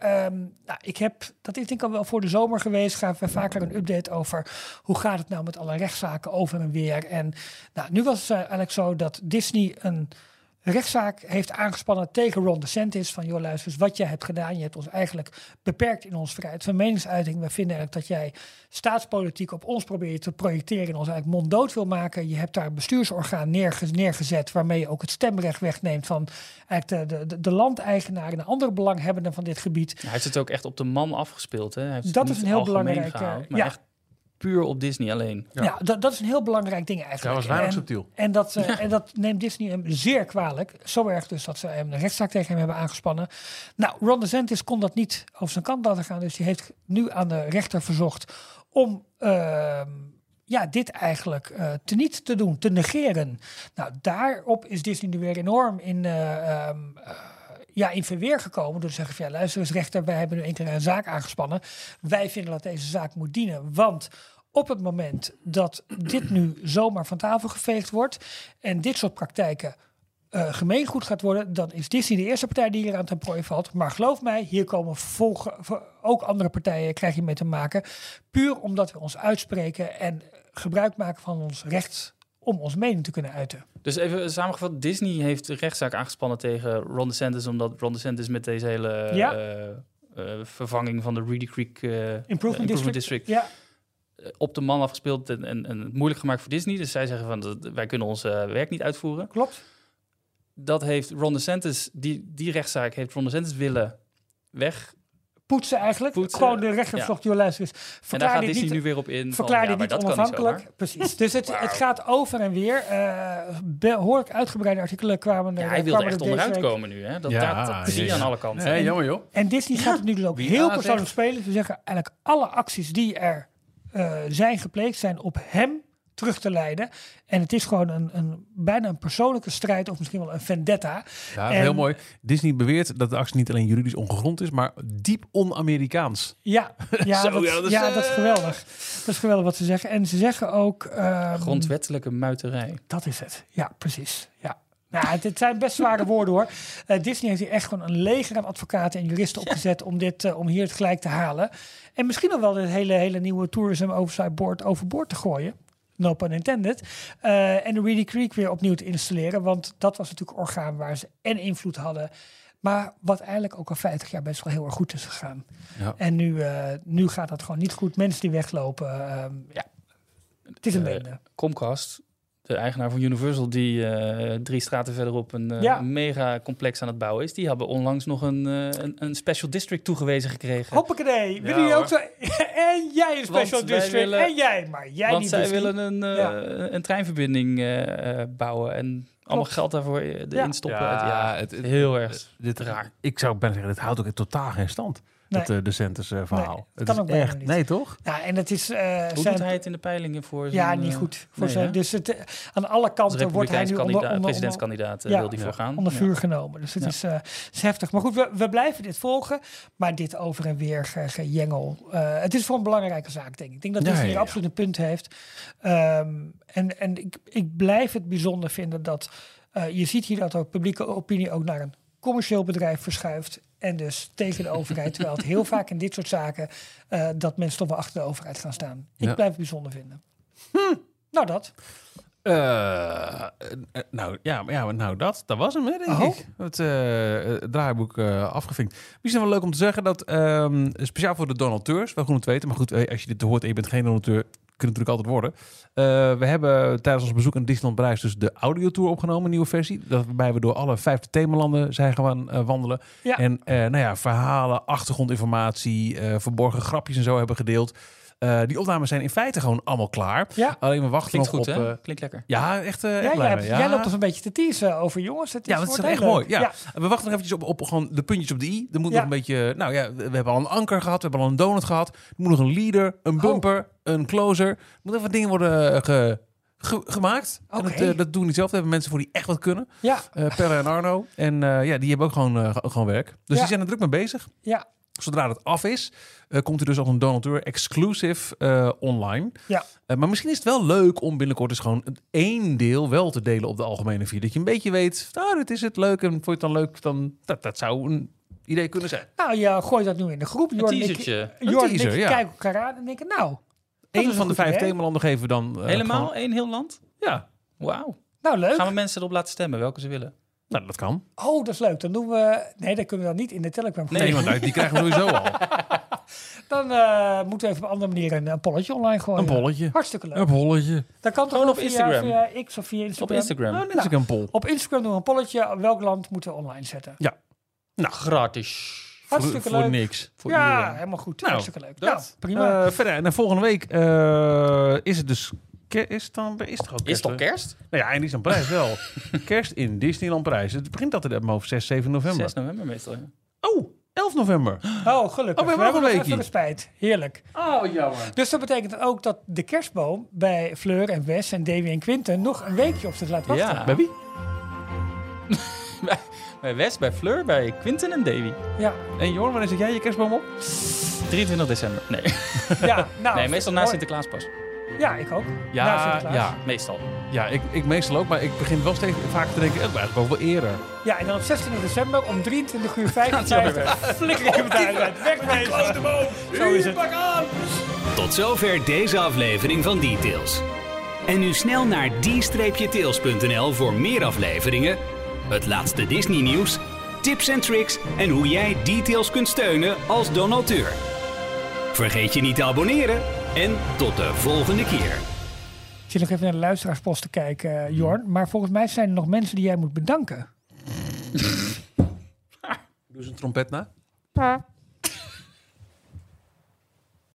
dat is denk ik al wel voor de zomer geweest. Gaan we vaker een update over hoe gaat het nou met alle rechtszaken over en weer. En nu was het eigenlijk zo dat Disney een rechtszaak heeft aangespannen tegen Ron DeSantis. Van, joh, luister eens, wat jij hebt gedaan. Je hebt ons eigenlijk beperkt in onze vrijheid van meningsuiting. We vinden eigenlijk dat jij staatspolitiek op ons probeert te projecteren en ons eigenlijk monddood wil maken. Je hebt daar een bestuursorgaan neergezet waarmee je ook het stemrecht wegneemt van eigenlijk de landeigenaar en de andere belanghebbenden van dit gebied. Hij heeft het ook echt op de man afgespeeld. Hè? Hij heeft Dat het is niet een heel algemeen belangrijk, gehaald, maar ja. echt puur op Disney alleen. Ja, dat is een heel belangrijk ding eigenlijk. Dat was weinig subtiel. En dat neemt Disney hem zeer kwalijk. Zo erg dus dat ze hem een rechtszaak tegen hem hebben aangespannen. Nou, Ron DeSantis kon dat niet over zijn kant laten gaan. Dus die heeft nu aan de rechter verzocht om dit eigenlijk teniet te doen, te negeren. Nou, daarop is Disney nu weer enorm in verweer gekomen. Door te zeggen van, luister eens rechter, wij hebben nu 1 keer een zaak aangespannen. Wij vinden dat deze zaak moet dienen, want op het moment dat dit nu zomaar van tafel geveegd wordt en dit soort praktijken gemeengoed gaat worden, dan is Disney de eerste partij die hier aan ten prooi valt. Maar geloof mij, hier komen ook andere partijen krijg je mee te maken. Puur omdat we ons uitspreken en gebruik maken van ons recht om ons mening te kunnen uiten. Dus even samengevat, Disney heeft een rechtszaak aangespannen tegen Ron DeSantis, omdat Ron DeSantis met deze hele vervanging van de Reedy Creek Improvement District Ja. Op de man afgespeeld en het moeilijk gemaakt voor Disney. Dus zij zeggen van, wij kunnen ons werk niet uitvoeren. Klopt. Dat heeft Ron DeSantis, die rechtszaak heeft Ron DeSantis willen Poetsen eigenlijk. Gewoon de rechter die luistert. En daar gaat Disney nu weer op in. Verklaar die niet onafhankelijk. Precies. Dus het gaat over en weer. Behoorlijk uitgebreide artikelen kwamen er. Hij wilde echt onderuit komen nu. Hè? Dat zie je aan alle kanten. Nee, jammer joh. En Disney gaat het nu dus ook heel persoonlijk spelen. Ze zeggen eigenlijk alle acties die er zijn gepleegd zijn op hem terug te leiden. En het is gewoon bijna een persoonlijke strijd of misschien wel een vendetta. Ja, heel mooi. Disney beweert dat de actie niet alleen juridisch ongegrond is, maar diep on-Amerikaans. Ja, dat is geweldig. Dat is geweldig wat ze zeggen. En ze zeggen ook... grondwettelijke muiterij. Dat is het. Ja, precies. Ja. Nou, het zijn best zware woorden hoor. Disney heeft hier echt gewoon een leger aan advocaten en juristen opgezet om hier het gelijk te halen. En misschien nog wel het hele nieuwe Tourism Oversight Board overboord te gooien. No pun intended. En de Reedy Creek weer opnieuw te installeren. Want dat was natuurlijk een orgaan waar ze en invloed hadden. Maar wat eigenlijk ook al 50 jaar best wel heel erg goed is gegaan. Ja. En nu gaat dat gewoon niet goed. Mensen die weglopen. Het is een bende. Comcast, de eigenaar van Universal, die 3 straten verderop een mega complex aan het bouwen is. Die hebben onlangs nog een special district toegewezen gekregen. Hoppakee, willen jullie ook zo? En jij een special district, en jij, maar jij want niet. Want zij willen een treinverbinding bouwen en allemaal geld daarvoor erin stoppen. Het heel erg raar. Ik zou bijna zeggen, dit houdt ook in totaal geen stand. Nee. Dat DeSantis verhaal. Nee, het is ook echt niet. Nee, toch? Ja, en het is... Hoe doet hij het in de peilingen voor zijn... Ja, niet goed. Dus aan alle kanten wordt hij nu onder presidentskandidaat wil die voor gaan. Onder vuur genomen. Dus het is heftig. Maar goed, we blijven dit volgen. Maar dit over en weer gejengel. Het is voor een belangrijke zaak, denk ik. Ik denk dat Disney hier absoluut een punt heeft. En ik blijf het bijzonder vinden dat... je ziet hier dat ook publieke opinie ook naar een commercieel bedrijf verschuift. En dus tegen de overheid. Terwijl het heel vaak in dit soort zaken dat mensen toch wel achter de overheid gaan staan. Ik blijf het bijzonder vinden. Nou, dat. Dat was hem, hè, denk ik. Het draaiboek afgevinkt. Misschien wel leuk om te zeggen dat speciaal voor de donateurs, wel goed om te weten, maar goed, als je dit hoort en je bent geen donateur, kunnen natuurlijk altijd worden. We hebben tijdens ons bezoek aan Disneyland Parijs dus de audiotour opgenomen, een nieuwe versie. Waarbij we door alle 5 themalanden zijn gaan wandelen. Ja. En verhalen, achtergrondinformatie, verborgen grapjes en zo hebben gedeeld. Die opnames zijn in feite gewoon allemaal klaar. Ja. Alleen we wachten nog op... Klinkt lekker. Ja, echt jij loopt ons een beetje te teasen over jongens. Het is dat is echt mooi. Ja. We wachten nog eventjes op gewoon de puntjes op de i. Er moet nog een beetje... we hebben al een anker gehad. We hebben al een donut gehad. Er moet nog een leader, een bumper, een closer. Er moeten even wat dingen worden gemaakt. Okay. En dat doen we niet zelf. Daar hebben mensen voor die echt wat kunnen. Ja. Perre en Arno. En die hebben ook gewoon werk. Dus die zijn er druk mee bezig. Ja. Zodra het af is, komt er dus als een donateur exclusive online. Ja. Maar misschien is het wel leuk om binnenkort dus gewoon één deel wel te delen op de algemene feed. Dat je een beetje weet, dit is het leuk. En vond je het dan leuk, dan dat zou een idee kunnen zijn. Nou, je gooit dat nu in de groep. Een teasertje. Kijk elkaar aan en denken, één van de 5 themalanden geven we dan... Helemaal? Gewoon... één heel land? Ja. Wauw. Nou, leuk. Gaan we mensen erop laten stemmen, welke ze willen? Nou, dat kan. Oh, dat is leuk. Dan doen we... Nee, dat kunnen we dan niet in de Telegram. Nee, want die krijgen we sowieso al. Dan moeten we even op een andere manier een polletje online gooien. Een polletje. Hartstikke leuk. Een polletje. Dat kan gewoon toch op Instagram. Via X of via Instagram. Op Instagram. Nou, is een poll. Op Instagram doen we een polletje. Welk land moeten we online zetten? Ja. Nou, gratis. Hartstikke leuk. Voor niks. Voor iedereen. Helemaal goed. Hartstikke leuk. Prima. Verder, en volgende week is het dus... Is het toch kerst? Nou ja, in Disneyland Parijs wel. Kerst in Disneyland Parijs. Het begint altijd op over 6, 7 november. 6 november meestal, ja. Oh, 11 november. Oh, gelukkig. We hebben nog een weekje. Spijt. Heerlijk. Oh, jammer. Dus dat betekent ook dat de kerstboom bij Fleur en Wes en Davy en Quinten nog een weekje op zich laat wachten. Ja. Bij wie? Bij Wes, bij Fleur, bij Quinten en Davy. Ja. En Jorn, wanneer zet jij je kerstboom op? 23 december. Nee, Ja, nou, nee meestal na mooi. Sinterklaas pas. Ja, ik ook. Na Ja, Sinterklaas. ja, meestal. Ja, ik meestal ook, maar ik begin wel steeds vaak te denken, het eigenlijk ook wel eerder. Ja, en dan op 26 december om 23:55 flikker ik hem daaruit. Wegwezen. Zo is het. Tot zover deze aflevering van Details. En nu snel naar d-tails.nl voor meer afleveringen, het laatste Disney nieuws, tips en tricks en hoe jij Details kunt steunen als donateur. Vergeet je niet te abonneren en tot de volgende keer. Ik zit nog even naar de luisteraarspost te kijken, Jorn. Maar volgens mij zijn er nog mensen die jij moet bedanken. Doe eens een trompet na.